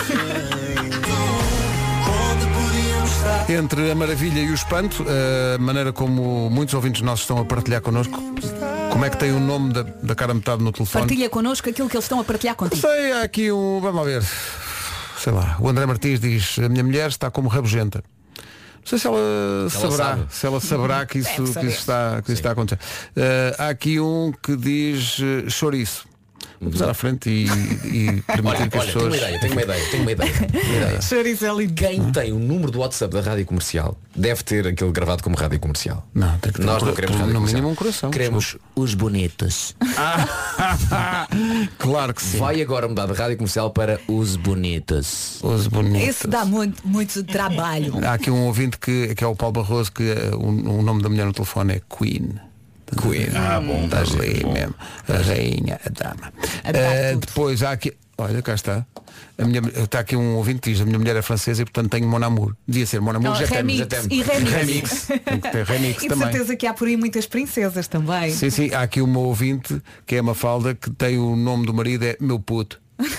Entre a maravilha e o espanto, a maneira como muitos ouvintes nossos estão a partilhar connosco, como é que tem o nome da cara metade no telefone? Partilha connosco aquilo que eles estão a partilhar contigo. Sei, há aqui um... Vamos lá ver. Sei lá, o André Martins diz: a minha mulher está como rabugenta. Não sei se ela saberá que isso está a acontecer. Há aqui um que diz chouriço. Vou passar à frente e permitir que as pessoas... Tenho uma ideia. Chouriço é lindo. Quem tem o número do WhatsApp da Rádio Comercial deve ter aquele gravado como Rádio Comercial. Não, tem que ter. Nós não queremos Rádio no Comercial. mínimo um coração. Queremos os bonitos. Claro que sim. Vai agora mudar de Rádio Comercial para os bonitos. Os bonitos. Esse dá muito trabalho. Há aqui um ouvinte que é o Paulo Barroso, que o nome da mulher no telefone é Queen. Bom, estás ali mesmo. A rainha, a dama. Depois há aqui. Olha, cá está. Está aqui um ouvinte que diz: a minha mulher é francesa e portanto tenho Mon Amour. Devia ser Mon Amour, já remix. Remix. Tem que ter remix e também. de certeza que há por aí muitas princesas também. Sim, há aqui uma ouvinte que é uma Mafalda, que tem o nome do marido, é meu puto.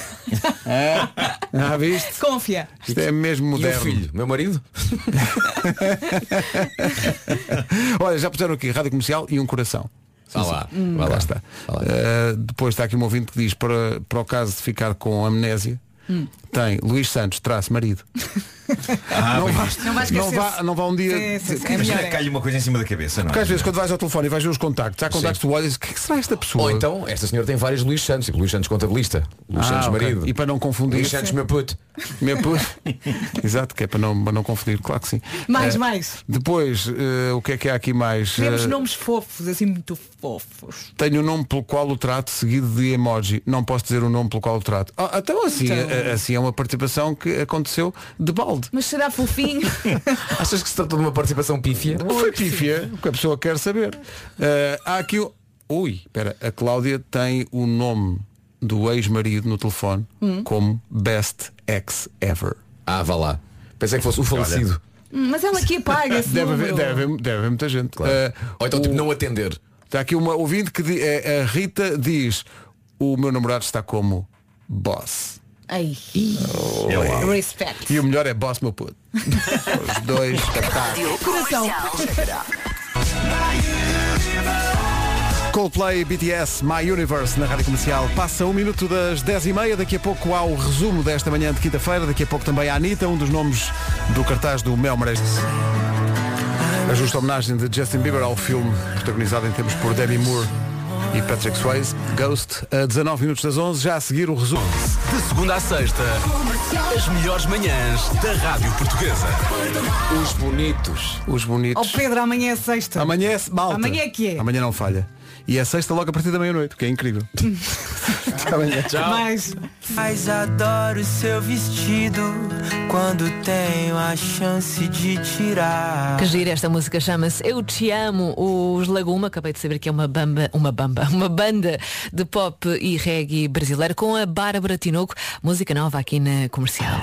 Viste? Confia. Isto é mesmo moderno. E o filho, meu marido? Olha, já puseram aqui Rádio Comercial e um coração. Vai lá. Está. Depois está aqui um ouvinte que diz: para o caso de ficar com amnésia, tem Luís Santos, marido. Não vá um dia. Imagina que cai uma coisa em cima da cabeça, não é? Porque às vezes quando vais ao telefone e vais ver os contactos, há contactos que tu olhas, o que será esta pessoa? Ou então, esta senhora tem vários Luís Santos, tipo Luís Santos contabilista, Luís Santos marido. E para não confundir. Luís Santos meu puto. Exato, que é para não confundir, claro que sim. Mais. Depois, o que há aqui mais? Temos nomes fofos, assim muito fofos. Tenho o nome pelo qual o trato, seguido de emoji. Não posso dizer o nome pelo qual o trato. Então assim é uma participação que aconteceu de balde. Mas será fofinho? Achas que se tratou de uma participação pífia? Foi pífia, o que a pessoa quer saber. Há aqui a Cláudia tem o nome do ex-marido no telefone como Best Ex Ever. Vá lá. Pensei que fosse o falecido. Mas ela aqui apaga. Deve haver muita gente. Claro. Ou então tipo não atender. Está aqui uma ouvinte que a Rita diz: o meu namorado está como boss. Ai. Respect. E o melhor é Boss Meu Puto. Os dois captados. Coração. Coldplay, BTS, My Universe na Rádio Comercial. Passa 1 minuto das 10h30. Daqui a pouco há o resumo desta manhã de quinta-feira. Daqui a pouco também a Anitta, um dos nomes do cartaz do Mel Marés. A justa homenagem de Justin Bieber ao filme protagonizado em tempos por Demi Moore e Patrick Swayze, Ghost, a 19 minutos das 11. Já a seguir o resumo. De segunda à sexta, as melhores manhãs da Rádio Portuguesa. Os bonitos. Os bonitos. Oh Pedro, amanhã é sexta. Amanhã é malta. Amanhã é que é. Amanhã não falha. E é sexta logo a partir da meia-noite, que é incrível. Até amanhã. Tchau. Mas adoro seu vestido quando tenho a chance de tirar. Que gira, esta música chama-se Eu Te Amo. Os Laguma, acabei de saber que é uma banda de pop e reggae brasileira com a Bárbara Tinoco. Música nova aqui na Comercial.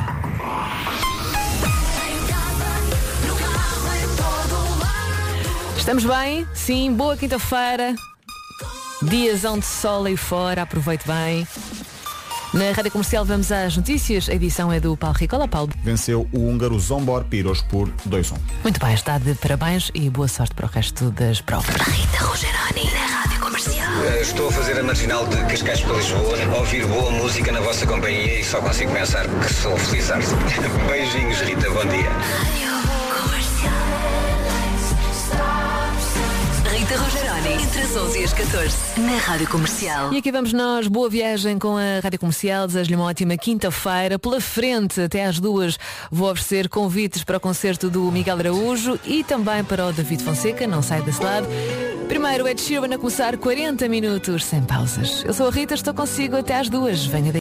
Estamos bem? Sim, boa quinta-feira. Diazão de sol aí fora, aproveite bem. Na Rádio Comercial vamos às notícias. A edição é do Paulo Ricola. Paulo. Venceu o húngaro Zombor Piros por 2-1. Muito bem, está de parabéns e boa sorte para o resto das provas. Rita Rogeroni na Rádio Comercial. Estou a fazer a marginal de Cascais para Lisboa, a ouvir boa música na vossa companhia e só consigo pensar que sou feliz. Beijinhos, Rita, bom dia. Rita Rogeroni, entre as 11 e as 14, na Rádio Comercial. E aqui vamos nós, boa viagem com a Rádio Comercial, desejo-lhe uma ótima quinta-feira. Pela frente, até às 2, vou oferecer convites para o concerto do Miguel Araújo e também para o David Fonseca, não sai desse lado. Primeiro, Ed Sheeran a começar 40 minutos sem pausas. Eu sou a Rita, estou consigo até às 2. Venha daí.